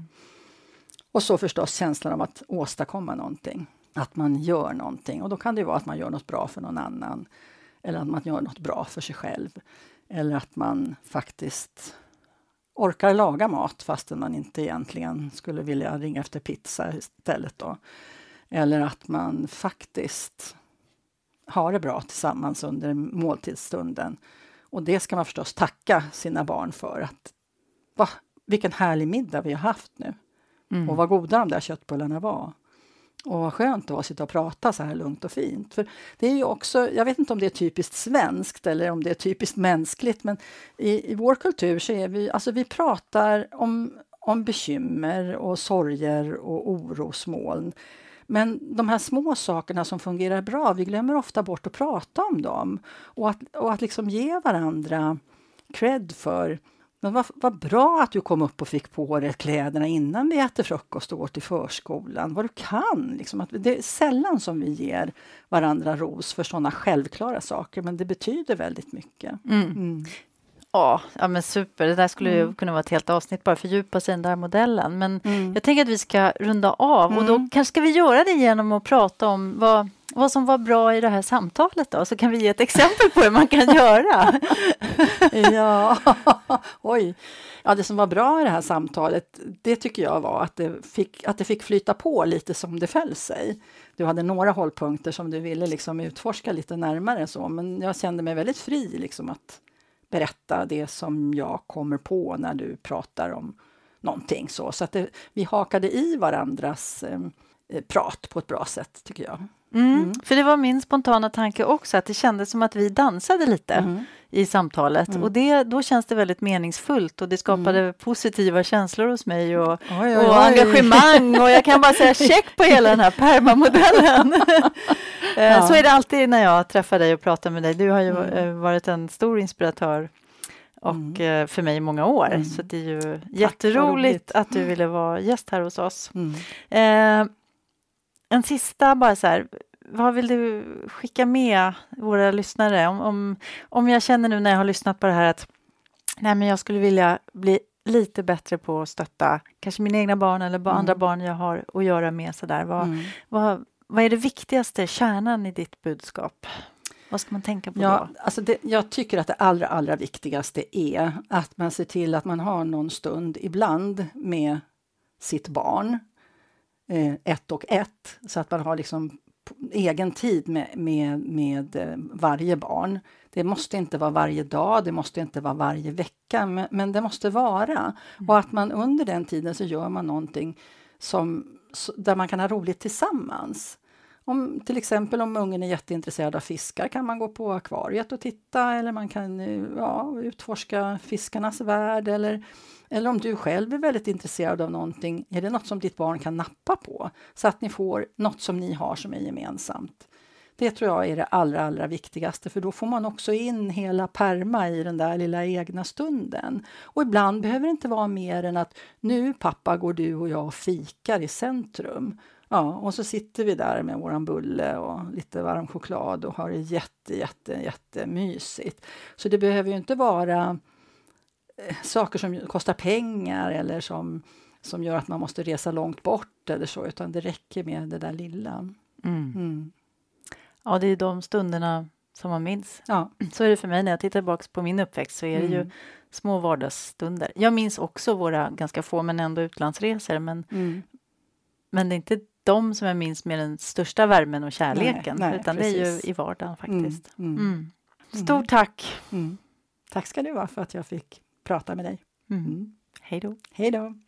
Och så förstås känslan av att åstadkomma någonting, att man gör någonting, och då kan det vara att man gör något bra för någon annan, eller att man gör något bra för sig själv. Eller att man faktiskt orkar laga mat fastän man inte egentligen skulle vilja ringa efter pizza istället då. Eller att man faktiskt har det bra tillsammans under måltidsstunden. Och det ska man förstås tacka sina barn för. Att, va, vilken härlig middag vi har haft nu. Mm. Och vad goda de där köttbullarna var. Och vad skönt att sitta och prata så här lugnt och fint. För det är ju också, jag vet inte om det är typiskt svenskt eller om det är typiskt mänskligt, men i, i vår kultur så är vi, alltså vi pratar om, om bekymmer och sorger och orosmoln. Men de här små sakerna som fungerar bra, vi glömmer ofta bort att prata om dem. Och att, och att liksom ge varandra cred för, men vad, vad bra att du kom upp och fick på dig kläderna innan vi äter frukost och går till förskolan. Vad du kan. Liksom, att det är sällan som vi ger varandra ros för sådana självklara saker, men det betyder väldigt mycket. Mm. Mm. Ja, ja, men super. Det där skulle mm. ju kunna vara ett helt avsnitt, bara fördjupa sig i den där modellen. Men mm. jag tänker att vi ska runda av, mm. och då kanske ska vi göra det genom att prata om vad, vad som var bra i det här samtalet då. Så kan vi ge ett exempel på hur man kan göra. Ja, oj. Ja, det som var bra i det här samtalet, det tycker jag var att det fick, att det fick flyta på lite som det föll sig. Du hade några hållpunkter som du ville liksom utforska lite närmare så, men jag kände mig väldigt fri liksom att berätta det som jag kommer på när du pratar om någonting så. Så att det, vi hakade i varandras eh, prat på ett bra sätt, tycker jag. Mm. Mm. För det var min spontana tanke också, att det kändes som att vi dansade lite mm. i samtalet. Mm. Och det, då känns det väldigt meningsfullt, och det skapade mm. positiva känslor hos mig och, oj, oj, oj. och engagemang. Och jag kan bara säga check på hela den här permamodellen. Ja. Så är det alltid när jag träffar dig och pratar med dig. Du har ju mm. varit en stor inspiratör och mm. för mig i många år. Mm. Så det är ju Tack, jätteroligt att du ville vara gäst här hos oss. Mm. Eh, en sista bara så här. Vad vill du skicka med våra lyssnare? Om, om, om jag känner nu när jag har lyssnat på det här att nej, men jag skulle vilja bli lite bättre på att stötta kanske mina egna barn eller mm. andra barn jag har att göra med. Så där. Vad, mm. vad, vad är det viktigaste, kärnan i ditt budskap? Vad ska man tänka på ja, då? Alltså det, jag tycker att det allra, allra viktigaste är att man ser till att man har någon stund ibland med sitt barn. Eh, ett och ett. Så att man har liksom egen tid med, med, med varje barn. Det måste inte vara varje dag, det måste inte vara varje vecka, men, men det måste vara. Mm. Och att man under den tiden så gör man någonting som, där man kan ha roligt tillsammans. Om, till exempel om ungen är jätteintresserad av fiskar kan man gå på akvariet och titta, eller man kan ja, utforska fiskarnas värld, eller, eller om du själv är väldigt intresserad av någonting, är det något som ditt barn kan nappa på så att ni får något som ni har som är gemensamt. Det tror jag är det allra, allra viktigaste, för då får man också in hela perma i den där lilla egna stunden. Och ibland behöver det inte vara mer än att nu pappa går du och jag och fikar i centrum. Ja, och så sitter vi där med våran bulle och lite varm choklad och har det jätte, jätte, jättemysigt. Så det behöver ju inte vara eh, saker som kostar pengar eller som, som gör att man måste resa långt bort eller så, utan det räcker med det där lilla. Mm. Mm. Ja, det är de stunderna som man minns. Ja. Så är det för mig när jag tittar tillbaka på min uppväxt, så är det Mm. ju små vardagsstunder. Jag minns också våra ganska få men ändå utlandsresor, men, Mm. men det är inte de som jag minns med den största värmen och kärleken, Nej, nej, utan det precis. är ju i vardagen faktiskt. Mm. Mm. Mm. Stort tack! Mm. Tack ska du ha för att jag fick prata med dig. Mm. Mm. Hej då! Hej då!